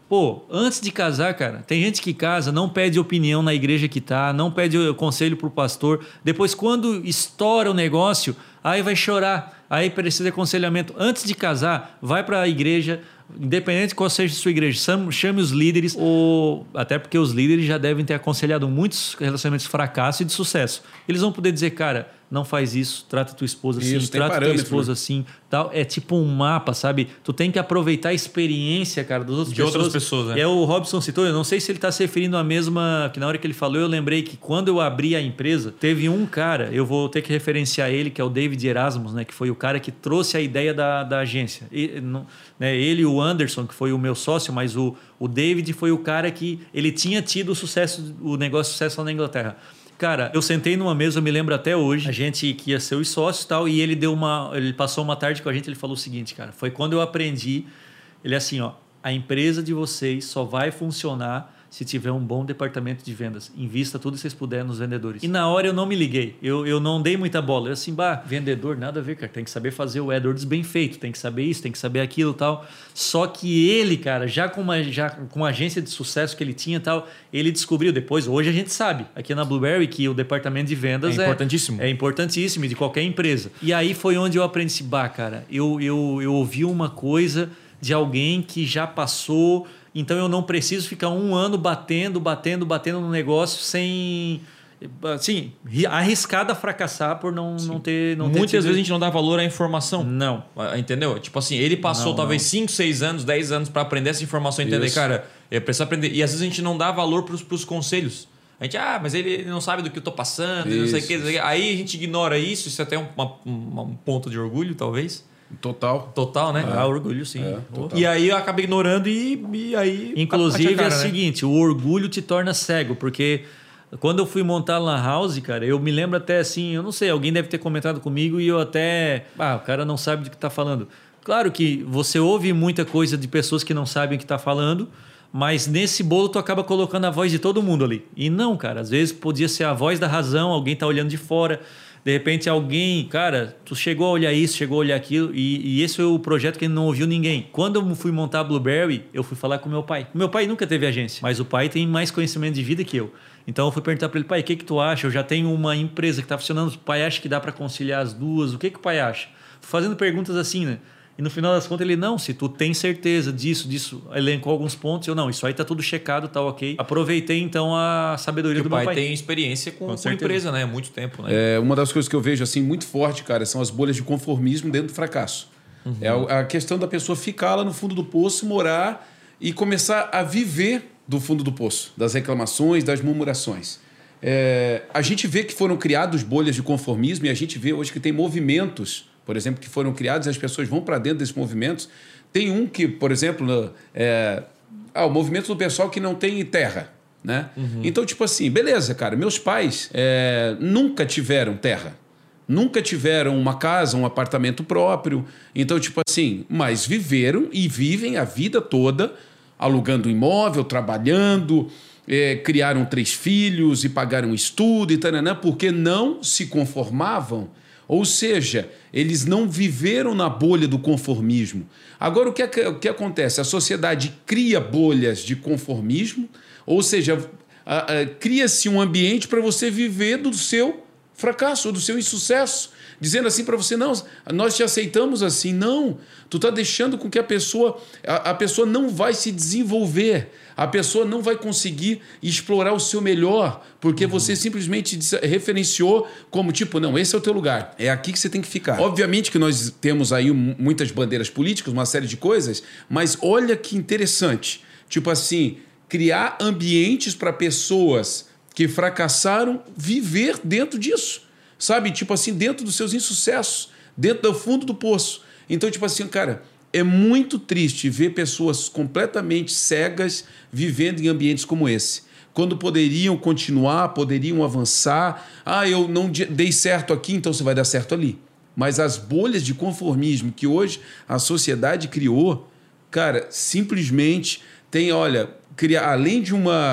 Pô, antes de casar, cara, tem gente que casa, não pede opinião na igreja que tá, não pede conselho pro pastor. Depois, quando estoura o negócio, aí vai chorar, aí precisa de aconselhamento. Antes de casar, vai para a igreja, independente de qual seja a sua igreja, chame os líderes, ou até porque os líderes já devem ter aconselhado muitos relacionamentos de fracasso e de sucesso. Eles vão poder dizer, cara, não faz isso, trata tua esposa assim, isso, trata tua esposa assim, tal. É tipo um mapa, sabe? Tu tem que aproveitar a experiência, cara, das outras de pessoas. outras pessoas, né? E é o Robson citou, eu não sei se ele está se referindo à mesma, que na hora que ele falou, eu lembrei que quando eu abri a empresa, teve um cara, eu vou ter que referenciar ele, que é o David Erasmus, né, que foi o cara que trouxe a ideia da, da agência. E, não, né, ele e o Anderson, que foi o meu sócio, mas o, o David foi o cara que ele tinha tido o sucesso, o negócio de sucesso lá na Inglaterra. Cara, eu sentei numa mesa, eu me lembro até hoje, a gente que ia ser os sócios e tal, e ele deu uma, ele passou uma tarde com a gente, ele falou o seguinte, cara, foi quando eu aprendi, ele é assim, ó, a empresa de vocês só vai funcionar se tiver um bom departamento de vendas. Invista tudo que vocês puderem nos vendedores. E na hora eu não me liguei. Eu, eu não dei muita bola. Eu assim, bah, vendedor, nada a ver, cara. Tem que saber fazer o AdWords bem feito. Tem que saber isso, tem que saber aquilo e tal. Só que ele, cara, já com uma, já com uma agência de sucesso que ele tinha e tal, ele descobriu depois. Hoje a gente sabe, aqui na Blueberry, que o departamento de vendas é importantíssimo. É, é importantíssimo de qualquer empresa. E aí foi onde eu aprendi assim, bah, cara, eu, eu, eu ouvi uma coisa de alguém que já passou... Então eu não preciso ficar um ano batendo, batendo, batendo no negócio sem... Assim, arriscado a fracassar por não, não ter... Não Muitas ter tido... vezes a gente não dá valor à informação. Não. Entendeu? Tipo assim, ele passou não, talvez não. cinco, seis anos, dez anos para aprender essa informação e entender, Isso. cara, eu preciso aprender. E às vezes a gente não dá valor para os conselhos. A gente, ah, mas ele não sabe do que eu tô passando, não sei o que. Aí a gente ignora isso, isso é até uma, uma, um ponto de orgulho, talvez. Total. Total, né? Ah, orgulho sim. É, E aí eu acabo ignorando e, e aí... Inclusive cara, é o né? seguinte, o orgulho te torna cego, porque quando eu fui montar a Lan House, cara, eu me lembro até assim, eu não sei, alguém deve ter comentado comigo e eu até... Ah, o cara não sabe do que tá falando. Claro que você ouve muita coisa de pessoas que não sabem o que tá falando, mas nesse bolo tu acaba colocando a voz de todo mundo ali. E não, cara, às vezes podia ser a voz da razão, alguém tá olhando de fora... De repente alguém, cara, tu chegou a olhar isso, chegou a olhar aquilo e, e esse é o projeto que ele não ouviu ninguém. Quando eu fui montar a Blueberry, eu fui falar com meu pai. Meu pai nunca teve agência, mas o pai tem mais conhecimento de vida que eu. Então eu fui perguntar para ele, pai, o que que tu acha? Eu já tenho uma empresa que está funcionando, o pai acha que dá para conciliar as duas, o que que o pai acha? Fazendo perguntas assim, né? E no final das contas ele, não, se tu tem certeza disso, disso, elencou alguns pontos, eu não, isso aí tá tudo checado, tá ok. Aproveitei então a sabedoria Porque do o meu pai. pai. tem experiência com, Com com a empresa, né? Há muito tempo, né? É, uma das coisas que eu vejo assim muito forte, cara, são as bolhas de conformismo dentro do fracasso. Uhum. É a, a questão da pessoa ficar lá no fundo do poço, morar e começar a viver do fundo do poço, das reclamações, das murmurações. É, a gente vê que foram criados bolhas de conformismo e a gente vê hoje que tem movimentos, por exemplo, que foram criados e as pessoas vão para dentro desses movimentos. Tem um que, por exemplo, é ah, o movimento do pessoal que não tem terra, né? Uhum. Então, tipo assim, beleza, cara, meus pais é, nunca tiveram terra, nunca tiveram uma casa, um apartamento próprio. Então, tipo assim, mas viveram e vivem a vida toda alugando imóvel, trabalhando, é, criaram três filhos e pagaram estudo e taranã, porque não se conformavam. Ou seja, eles não viveram na bolha do conformismo. Agora, o que, é, o que acontece? A sociedade cria bolhas de conformismo, ou seja, cria-se um ambiente para você viver do seu fracasso, do seu insucesso, dizendo assim para você, não, nós te aceitamos assim. Não, tu está deixando com que a pessoa, a, a pessoa não vai se desenvolver, a pessoa não vai conseguir explorar o seu melhor, porque uhum. você simplesmente referenciou como tipo, não, esse é o teu lugar, é aqui que você tem que ficar. Obviamente que nós temos aí muitas bandeiras políticas, uma série de coisas, mas olha que interessante, tipo assim, criar ambientes para pessoas que fracassaram viver dentro disso, sabe? Tipo assim, dentro dos seus insucessos, dentro do fundo do poço. Então, tipo assim, cara, é muito triste ver pessoas completamente cegas vivendo em ambientes como esse, quando poderiam continuar, poderiam avançar. Ah, eu não dei certo aqui, então você vai dar certo ali. Mas as bolhas de conformismo que hoje a sociedade criou, cara, simplesmente tem, olha, criar, além de uma...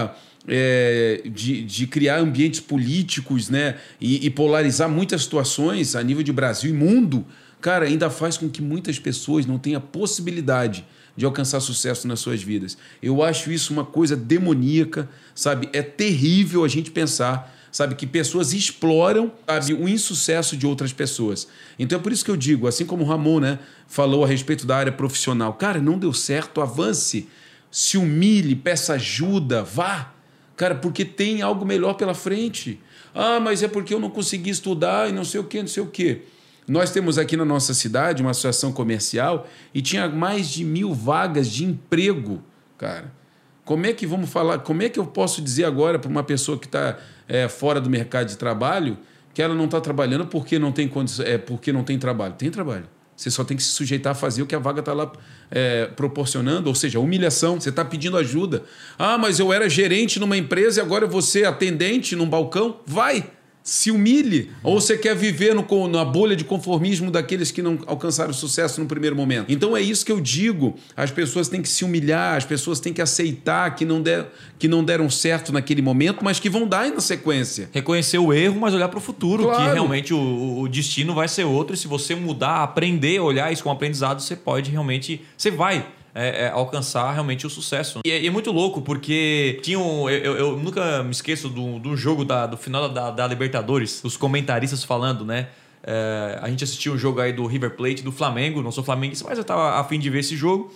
é, de, de criar ambientes políticos, né? E, e polarizar muitas situações a nível de Brasil e mundo, cara, ainda faz com que muitas pessoas não tenham a possibilidade de alcançar sucesso nas suas vidas. Eu acho isso uma coisa demoníaca, sabe? É terrível a gente pensar, sabe, que pessoas exploram, sabe, o insucesso de outras pessoas. Então é por isso que eu digo, assim como o Ramon, né, falou a respeito da área profissional, cara, não deu certo, avance, se humilhe, peça ajuda, vá, cara, porque tem algo melhor pela frente. Ah, mas é porque eu não consegui estudar e não sei o quê, não sei o quê. Nós temos aqui na nossa cidade uma associação comercial e tinha mais de mil vagas de emprego, cara. Como é que vamos falar? Como é que eu posso dizer agora para uma pessoa que está é, fora do mercado de trabalho que ela não está trabalhando porque não tem condição, é, porque não tem trabalho? Tem trabalho. Você só tem que se sujeitar a fazer o que a vaga está lá é, proporcionando, ou seja, humilhação. Você está pedindo ajuda. Ah, mas eu era gerente numa empresa e agora eu vou ser atendente num balcão? Vai! Se humilhe. Ou você quer viver no, na bolha de conformismo daqueles que não alcançaram sucesso no primeiro momento? Então é isso que eu digo. As pessoas têm que se humilhar, as pessoas têm que aceitar que não, der, que não deram certo naquele momento, mas que vão dar aí na sequência. Reconhecer o erro, mas olhar para o futuro, Claro. que realmente o, o destino vai ser outro. E se você mudar, aprender, olhar isso com aprendizado, você pode realmente... Você vai... É, é, alcançar realmente o sucesso. E é, e é muito louco, porque tinha um, eu, eu, eu nunca me esqueço do, do jogo da, do final da, da Libertadores, os comentaristas falando, né? É, a gente assistiu um jogo aí do River Plate, do Flamengo, não sou flamenguista, mas eu tava a fim de ver esse jogo.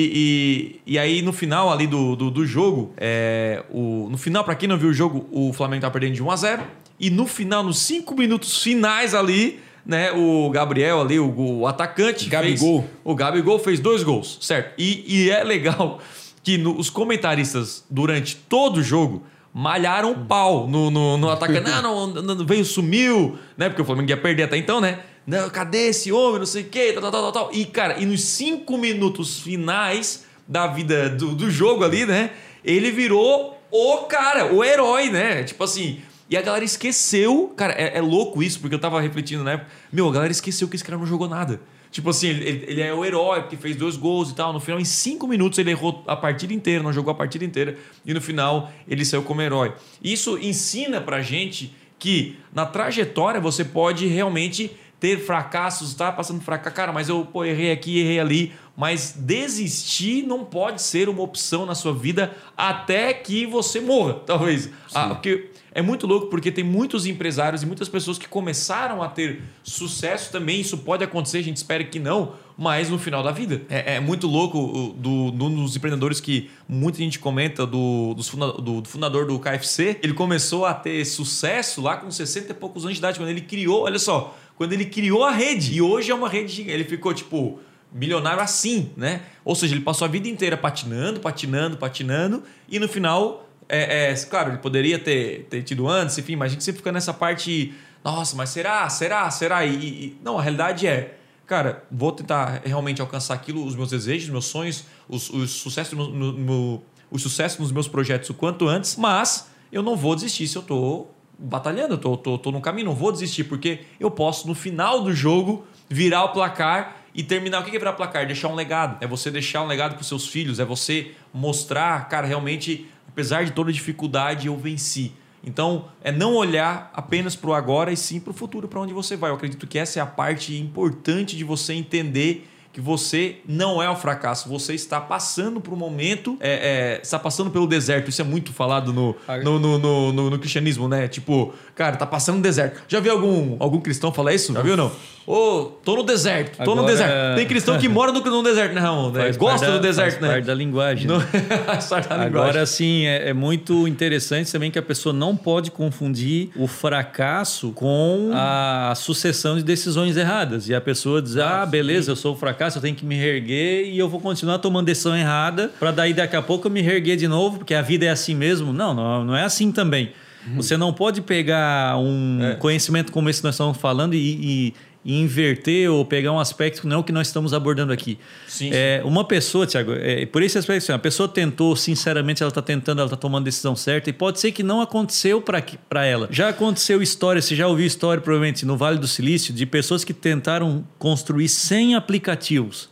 E, e, e aí no final ali do, do, do jogo, é, o, no final, para quem não viu o jogo, o Flamengo tava perdendo de um a zero. E no final, nos cinco minutos finais ali, né, o Gabriel ali, o, o atacante, Gabigol. fez, o Gabigol fez dois gols, certo? E, e é legal que no, os comentaristas, durante todo o jogo, malharam o pau no, no, no atacante. Não, não, não, veio, sumiu, né? Porque o Flamengo ia perder até então, né? Não, cadê esse homem, não sei o quê, tal, tal, tal, tal. E, cara, e nos cinco minutos finais da vida do, do jogo ali, né? Ele virou o cara, o herói, né? Tipo assim... E a galera esqueceu... Cara, é, é louco isso, porque eu tava refletindo na época. Meu, a galera esqueceu que esse cara não jogou nada. Tipo assim, ele, ele é o herói, porque fez dois gols e tal. No final, em cinco minutos, ele errou a partida inteira, não jogou a partida inteira. E no final, ele saiu como herói. Isso ensina pra gente que na trajetória você pode realmente ter fracassos, tá passando fracasso. Cara, mas eu pô, errei aqui, errei ali. Mas desistir não pode ser uma opção na sua vida até que você morra, talvez. Ah, porque é muito louco, porque tem muitos empresários e muitas pessoas que começaram a ter sucesso também. Isso pode acontecer, a gente espera que não, mas no final da vida. É, é muito louco do, do, dos empreendedores que muita gente comenta, do, dos funda, do, do fundador do K F C. Ele começou a ter sucesso lá com sessenta e poucos anos de idade, quando ele criou, olha só, quando ele criou a rede. E hoje é uma rede gigante. Ele ficou tipo... milionário assim, né? Ou seja, ele passou a vida inteira patinando, patinando, patinando e no final, é, é, claro, ele poderia ter, ter tido antes, enfim, mas a gente sempre fica nessa parte, nossa, mas será, será, será? E, e não, a realidade é, cara, vou tentar realmente alcançar aquilo, os meus desejos, os meus sonhos, os, os sucessos no, no, no, o sucesso nos meus projetos o quanto antes, mas eu não vou desistir se eu tô batalhando, eu tô, tô, tô no caminho, não vou desistir, porque eu posso no final do jogo virar o placar e terminar. O que é virar placar? Deixar um legado. É você deixar um legado para os seus filhos. É você mostrar, cara, realmente, apesar de toda dificuldade, eu venci. Então, é não olhar apenas para o agora e sim para o futuro, para onde você vai. Eu acredito que essa é a parte importante de você entender que você não é o fracasso. Você está passando por um momento, é, é, está passando pelo deserto. Isso é muito falado no, no, no, no, no, no cristianismo, né? Tipo, cara, tá passando no deserto. Já viu algum, algum cristão falar isso? Já viu ou não? Ô, oh, tô no deserto, tô Agora, no deserto. Tem cristão que mora no, no deserto, né, Ramon? Né? Gosta da, do deserto, faz né? Parte da linguagem. No... Né? parte da Agora, linguagem. sim, é, é muito interessante também que a pessoa não pode confundir o fracasso com a sucessão de decisões erradas. E a pessoa diz, ah, beleza, eu sou o fracasso, eu tenho que me reerguer e eu vou continuar tomando decisão errada para daí daqui a pouco eu me reerguer de novo, porque a vida é assim mesmo. Não, não, não é assim também. Uhum. Você não pode pegar um é. conhecimento como esse que nós estamos falando e... e e inverter ou pegar um aspecto que não é o que nós estamos abordando aqui. Sim, é, sim. Uma pessoa, Thiago, é, por esse aspecto, assim, a pessoa tentou, sinceramente, ela está tentando, ela está tomando a decisão certa e pode ser que não aconteceu para ela. Já aconteceu história, você já ouviu história, provavelmente, no Vale do Silício, de pessoas que tentaram construir cem aplicativos.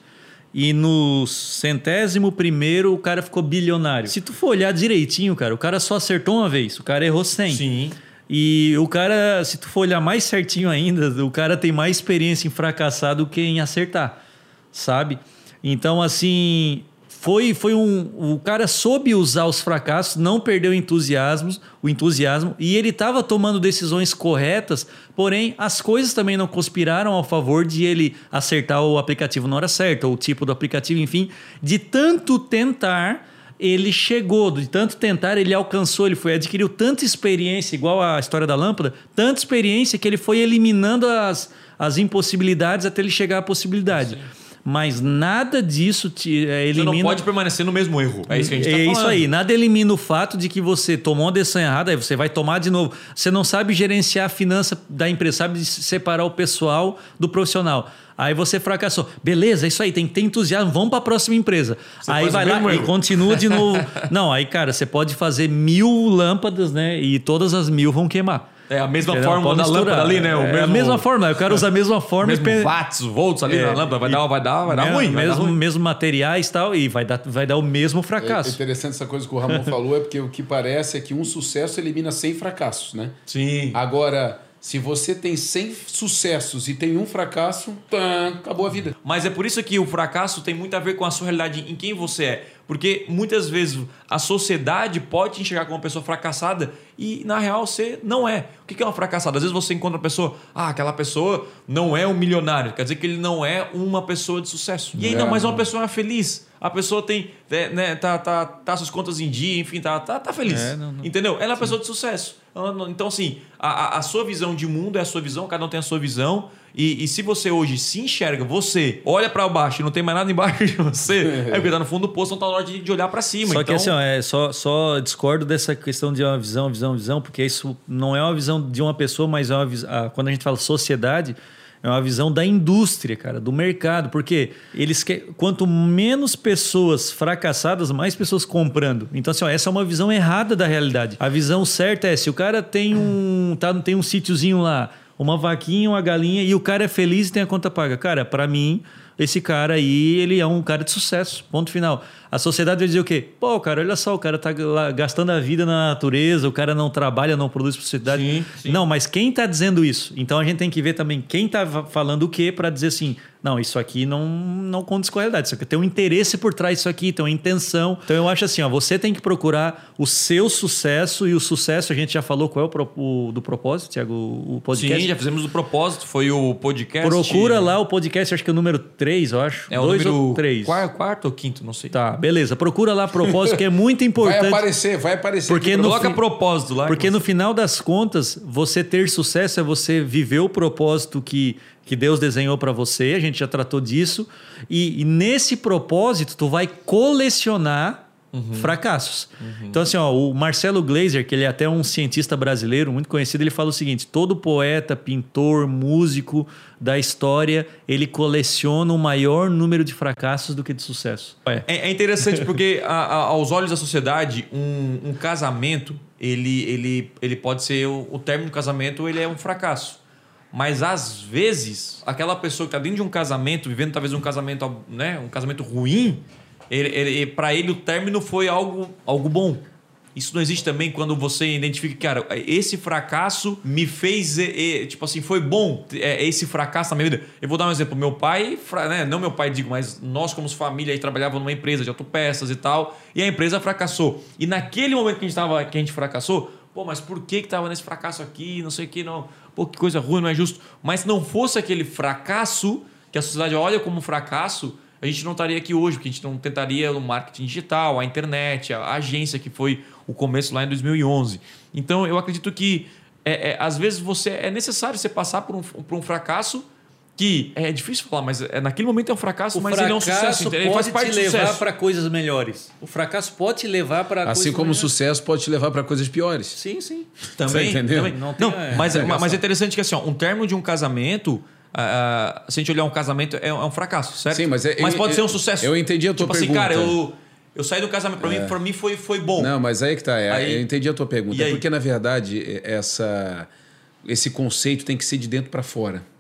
e no centésimo primeiro o cara ficou bilionário. Se tu for olhar direitinho, cara, o cara só acertou uma vez, o cara errou cem. Sim. E o cara, se tu for olhar mais certinho ainda, o cara tem mais experiência em fracassar do que em acertar, sabe? Então, assim, foi, foi um... O cara soube usar os fracassos, não perdeu o entusiasmo, o entusiasmo e ele estava tomando decisões corretas, porém, as coisas também não conspiraram ao favor de ele acertar o aplicativo na hora certa, ou o tipo do aplicativo, enfim, de tanto tentar... Ele chegou, de tanto tentar, ele alcançou, ele foi adquiriu tanta experiência, igual a história da lâmpada, tanta experiência que ele foi eliminando as, as impossibilidades até ele chegar à possibilidade. Sim. Mas nada disso te é, elimina... Você não pode permanecer no mesmo erro. É isso que a gente está falando. É isso aí. Nada elimina o fato de que você tomou uma decisão errada, aí você vai tomar de novo. Você não sabe gerenciar a finança da empresa, sabe separar o pessoal do profissional. Aí você fracassou. Beleza, é isso aí, tem que ter entusiasmo, vamos para a próxima empresa. Você aí vai lá erro. E continua de novo. Não, aí, cara, você pode fazer mil lâmpadas, né? E todas as mil vão queimar. É a mesma Entendeu? Fórmula da lâmpada ali, né? O é mesmo, a mesma fórmula. Eu quero usar a mesma fórmula. Mesmo pe... watts, volts ali é, na lâmpada. Vai, e, dar, vai, dar, vai dar ruim. Mesmo, vai dar ruim. mesmo materiais e tal. E vai dar, vai dar o mesmo fracasso. É interessante essa coisa que o Ramon falou. É porque o que parece é que um sucesso elimina cem fracassos, né? Sim. Agora... Se você tem cem sucessos e tem um fracasso, tá, acabou a vida. Mas é por isso que o fracasso tem muito a ver com a sua realidade, em quem você é. Porque muitas vezes a sociedade pode te enxergar como uma pessoa fracassada e, na real, você não é. O que é uma fracassada? Às vezes você encontra uma pessoa, ah, aquela pessoa não é um milionário. Quer dizer que ele não é uma pessoa de sucesso. E ainda mais uma pessoa feliz. A pessoa tem, é, né, tá, tá, tá suas contas em dia, enfim, tá, tá, tá feliz. É, não, não. Entendeu? Ela é uma pessoa de sucesso. Então, assim, a, a sua visão de mundo é a sua visão, cada um tem a sua visão. E, e se você hoje se enxerga, você olha para baixo e não tem mais nada embaixo de você, é porque tá no fundo do poço, não tá na hora de, de olhar para cima. Só então... que assim, ó, é, só, só discordo dessa questão de uma visão, visão, visão, porque isso não é uma visão de uma pessoa, mas é uma visão, quando a gente fala sociedade, é uma visão da indústria, cara, do mercado. Porque eles querem, quanto menos pessoas fracassadas, mais pessoas comprando. Então, assim, ó, essa é uma visão errada da realidade. A visão certa é, se o cara tem um, tá, tem um sítiozinho lá, uma vaquinha, uma galinha, e o cara é feliz e tem a conta paga. Cara, pra mim, esse cara aí, ele é um cara de sucesso. Ponto final. A sociedade vai dizer o quê? Pô, cara, olha só, o cara tá lá gastando a vida na natureza, o cara não trabalha, não produz para a sociedade. Sim, sim. Não, mas quem tá dizendo isso? Então a gente tem que ver também quem tá falando o quê para dizer assim, não, isso aqui não, não condiz com a realidade. Isso aqui tem um interesse por trás disso aqui, tem uma intenção. Então eu acho assim, ó, você tem que procurar o seu sucesso, e o sucesso, a gente já falou qual é o, pro, o do propósito, Thiago, o podcast. Sim, já fizemos o propósito, foi o podcast. Procura lá o podcast, acho que é o número três, eu acho. É o Dois número ou três. Quarto, quarto ou quinto, não sei. Tá, beleza. Procura lá propósito, que é muito importante. Vai aparecer, vai aparecer. Porque no Coloca fi... propósito lá. Porque no final das contas, você ter sucesso é você viver o propósito que, que Deus desenhou para você. A gente já tratou disso. E, e nesse propósito, tu vai colecionar Uhum. fracassos. Uhum. Então, assim, ó, o Marcelo Gleiser, que ele é até um cientista brasileiro muito conhecido, ele fala o seguinte: todo poeta, pintor, músico da história, ele coleciona o maior número de fracassos do que de sucesso. É, é interessante porque a, a, aos olhos da sociedade, um, um casamento, ele, ele, ele pode ser o, o término do casamento, ele é um fracasso. Mas às vezes, aquela pessoa que está dentro de um casamento, vivendo talvez um casamento, né, um casamento ruim, Ele, ele, para ele o término foi algo, algo bom. Isso não existe também quando você identifica, cara, esse fracasso me fez, é, é, tipo assim, foi bom é, esse fracasso na minha vida. Eu vou dar um exemplo. Meu pai, né, não meu pai, digo, mas nós como família aí trabalhávamos numa empresa de autopeças e tal, e a empresa fracassou. E naquele momento que a gente, tava, que a gente fracassou, pô, mas por que que tava nesse fracasso aqui, não sei o que, não, pô, que coisa ruim, não é justo. Mas se não fosse aquele fracasso, que a sociedade olha como fracasso, a gente não estaria aqui hoje, porque a gente não tentaria o marketing digital, a internet, a agência, que foi o começo lá em dois mil e onze. Então, eu acredito que, é, é, às vezes, você é necessário você passar por um, por um fracasso que é difícil falar, mas é, naquele momento é um fracasso, o mas fracasso ele é um sucesso. Ele pode faz parte te do levar sucesso. para coisas melhores. O fracasso pode te levar para coisas Assim como melhores. o sucesso pode te levar para coisas piores. Sim, sim. Também, Você entendeu? também. Não, Não, tem, mas, é, é, mas é interessante que assim, ó, um término de um casamento... Uh, se a gente olhar um casamento, é um, é um fracasso, certo? Sim, mas, é, mas eu, pode eu, ser um sucesso. Eu entendi a tua tipo pergunta. Tipo assim, cara, eu, eu saí do casamento, para é. mim, pra mim foi, foi bom. Não, mas aí que tá. É, aí, eu entendi a tua pergunta. É aí? porque, na verdade, essa, esse conceito tem que ser de dentro para fora.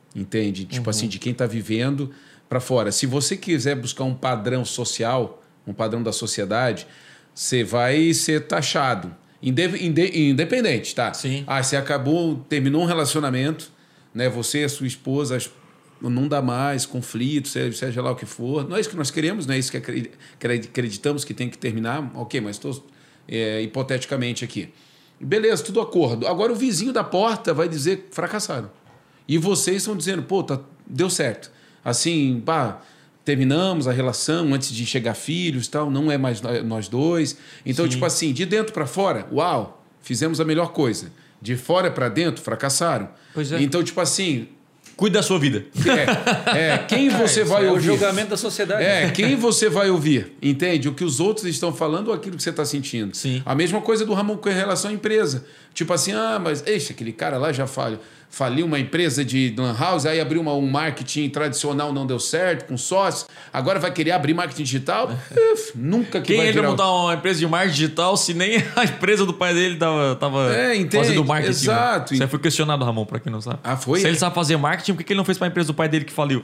Entende? Tipo Uhum. assim, de quem está vivendo para fora. Se você quiser buscar um padrão social, um padrão da sociedade, você vai ser taxado. Inde- inde- independente, tá? Sim. Ah, você acabou, terminou um relacionamento, né? Você e a sua esposa, não dá mais, conflito, seja, seja lá o que for. Não é isso que nós queremos, não é isso que acre- acreditamos que tem que terminar. Ok, mas estou é, hipoteticamente aqui. Beleza, tudo acordo. Agora o vizinho da porta vai dizer que fracassaram. E vocês estão dizendo, pô, tá, deu certo. Assim, pá, terminamos a relação antes de chegar filhos e tal, não é mais nós dois. Então, Sim. tipo assim, de dentro para fora, uau, fizemos a melhor coisa. De fora para dentro, fracassaram. Pois é. Então, tipo assim, Cuide da sua vida. é, é, quem você vai É o ouvir? julgamento da sociedade. É, quem você vai ouvir? Entende? O que os outros estão falando ou aquilo que você está sentindo? Sim. A mesma coisa do Ramon com relação à empresa. Tipo assim, ah, mas eixe, aquele cara lá já falha. Faliu uma empresa de lan house, aí abriu uma, um marketing tradicional, não deu certo, com sócios. Agora vai querer abrir marketing digital? Uf, nunca que Quem vai ele virar... montar uma empresa de marketing digital se nem a empresa do pai dele tava, tava É, entende? fazendo marketing? Exato. Você foi questionado, Ramon, pra quem não sabe. Ah, foi? Se ele sabe fazer marketing, por que ele não fez pra empresa do pai dele que faliu?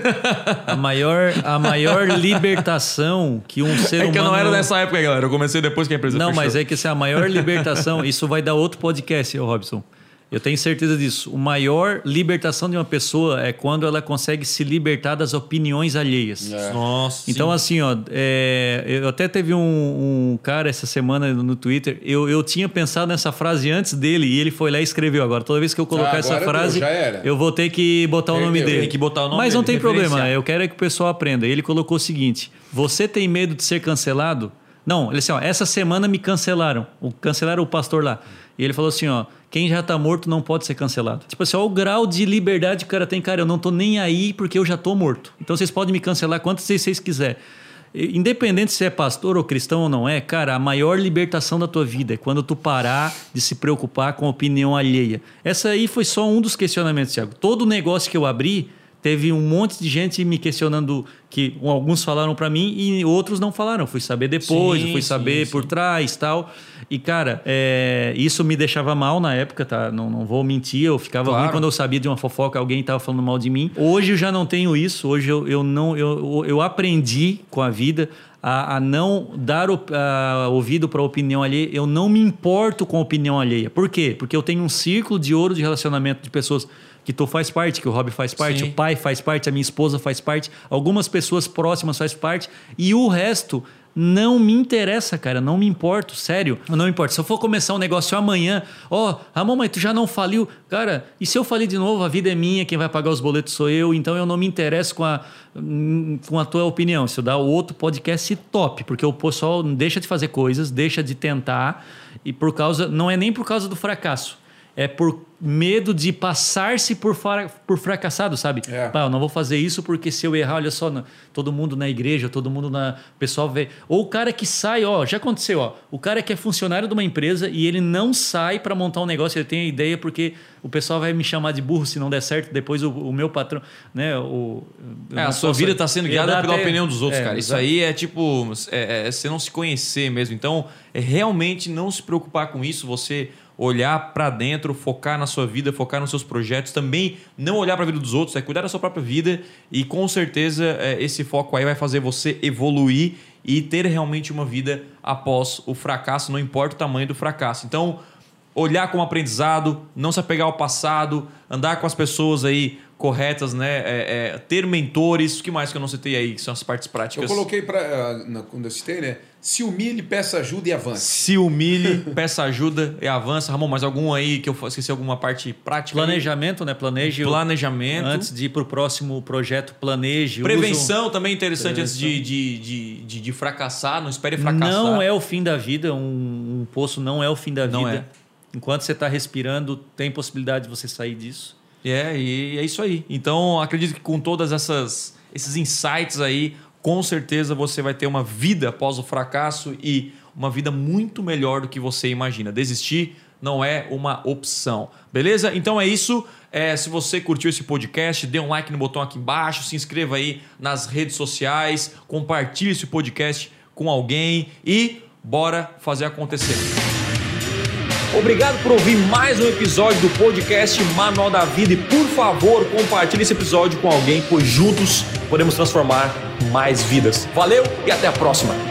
A maior, a maior libertação que um ser É humano... que eu não era nessa época, galera. Eu comecei depois que a empresa Não, fechou. mas é que essa é a maior libertação. Isso vai dar outro podcast, ô Robson. Eu tenho certeza disso. A maior libertação de uma pessoa é quando ela consegue se libertar das opiniões alheias. É. Nossa, Então, sim. assim, ó, é, eu até teve um, um cara essa semana no Twitter. Eu, eu tinha pensado nessa frase antes dele e ele foi lá e escreveu. Agora, toda vez que eu colocar Ah, essa agora frase, deu, já era. eu vou ter que botar o Perdeu. nome dele. Tem que botar o nome Mas não dele, tem problema. referenciar. Eu quero é que o pessoal aprenda. Ele colocou o seguinte: você tem medo de ser cancelado? Não, ele assim, ó, essa semana me cancelaram. O, cancelaram o pastor lá. E ele falou assim, ó, quem já tá morto não pode ser cancelado. Tipo assim, ó, o grau de liberdade que o cara tem, cara, eu não tô nem aí porque eu já tô morto. Então vocês podem me cancelar quantas vezes vocês quiserem. Independente se é pastor ou cristão ou não é, cara, a maior libertação da tua vida é quando tu parar de se preocupar com a opinião alheia. Essa aí foi só um dos questionamentos, Thiago. Todo negócio que eu abri, teve um monte de gente me questionando, que alguns falaram para mim e outros não falaram. Fui saber depois, Sim, fui saber sim, por sim. trás e tal. E, cara, é, isso me deixava mal na época, tá? Não, não vou mentir, eu ficava Claro. ruim quando eu sabia de uma fofoca, alguém estava falando mal de mim. Hoje eu já não tenho isso, hoje eu, eu, não, eu, eu aprendi com a vida a, a não dar op, a, ouvido para a opinião alheia. Eu não me importo com a opinião alheia. Por quê? Porque eu tenho um círculo de ouro de relacionamento de pessoas que tu faz parte, que o Rob faz parte, Sim. o pai faz parte, a minha esposa faz parte, algumas pessoas próximas faz parte e o resto não me interessa, cara, não me importo, sério, não me importa. Se eu for começar um negócio amanhã, ó, oh, Ramon, mas tu já não faliu? Cara, e se eu falir de novo, a vida é minha, quem vai pagar os boletos sou eu, então eu não me interesso com a, com a tua opinião. Se eu dar outro podcast top, porque o pessoal deixa de fazer coisas, deixa de tentar e por causa, não é nem por causa do fracasso, é por medo de passar-se por, por fracassado, sabe? É. Pá, eu não vou fazer isso porque se eu errar, olha só, na, todo mundo na igreja, todo mundo na... O pessoal vê... Ou o cara que sai, ó, já aconteceu, ó. O cara que é funcionário de uma empresa e ele não sai para montar um negócio, ele tem a ideia porque o pessoal vai me chamar de burro se não der certo, depois o, o meu patrão, né? O, É, a sua vida está sendo guiada pela até... opinião dos outros, é, cara. Isso exato. aí é tipo... É, é você não se conhecer mesmo. Então, é realmente não se preocupar com isso, você... olhar para dentro, focar na sua vida, focar nos seus projetos, também não olhar para a vida dos outros, é cuidar da sua própria vida e com certeza é, esse foco aí vai fazer você evoluir e ter realmente uma vida após o fracasso, não importa o tamanho do fracasso. Então, olhar como aprendizado, não se apegar ao passado, andar com as pessoas aí corretas, né? É, é, ter mentores, o que mais que eu não citei aí, que são as partes práticas? Eu coloquei para quando eu citei, né? Se humilhe, peça ajuda e avance. Se humilhe, peça ajuda e avança. Ramon, mais algum aí que eu esqueci alguma parte prática? Planejamento, né? Planeje. Planejamento. Antes de ir para o próximo projeto, planeje. Prevenção uso... também interessante Prevenção. antes de, de, de, de, de fracassar. Não espere fracassar. Não é o fim da vida. Um, um poço não é o fim da Não vida. é. Enquanto você está respirando, tem possibilidade de você sair disso. É, e é isso aí. Então, acredito que com todas essas esses insights aí, com certeza você vai ter uma vida após o fracasso e uma vida muito melhor do que você imagina. Desistir não é uma opção. Beleza? Então é isso. É, se você curtiu esse podcast, dê um like no botão aqui embaixo, se inscreva aí nas redes sociais, compartilhe esse podcast com alguém e bora fazer acontecer. Obrigado por ouvir mais um episódio do podcast Manual da Vida e, por favor, compartilhe esse episódio com alguém, pois juntos podemos transformar mais vidas. Valeu e até a próxima!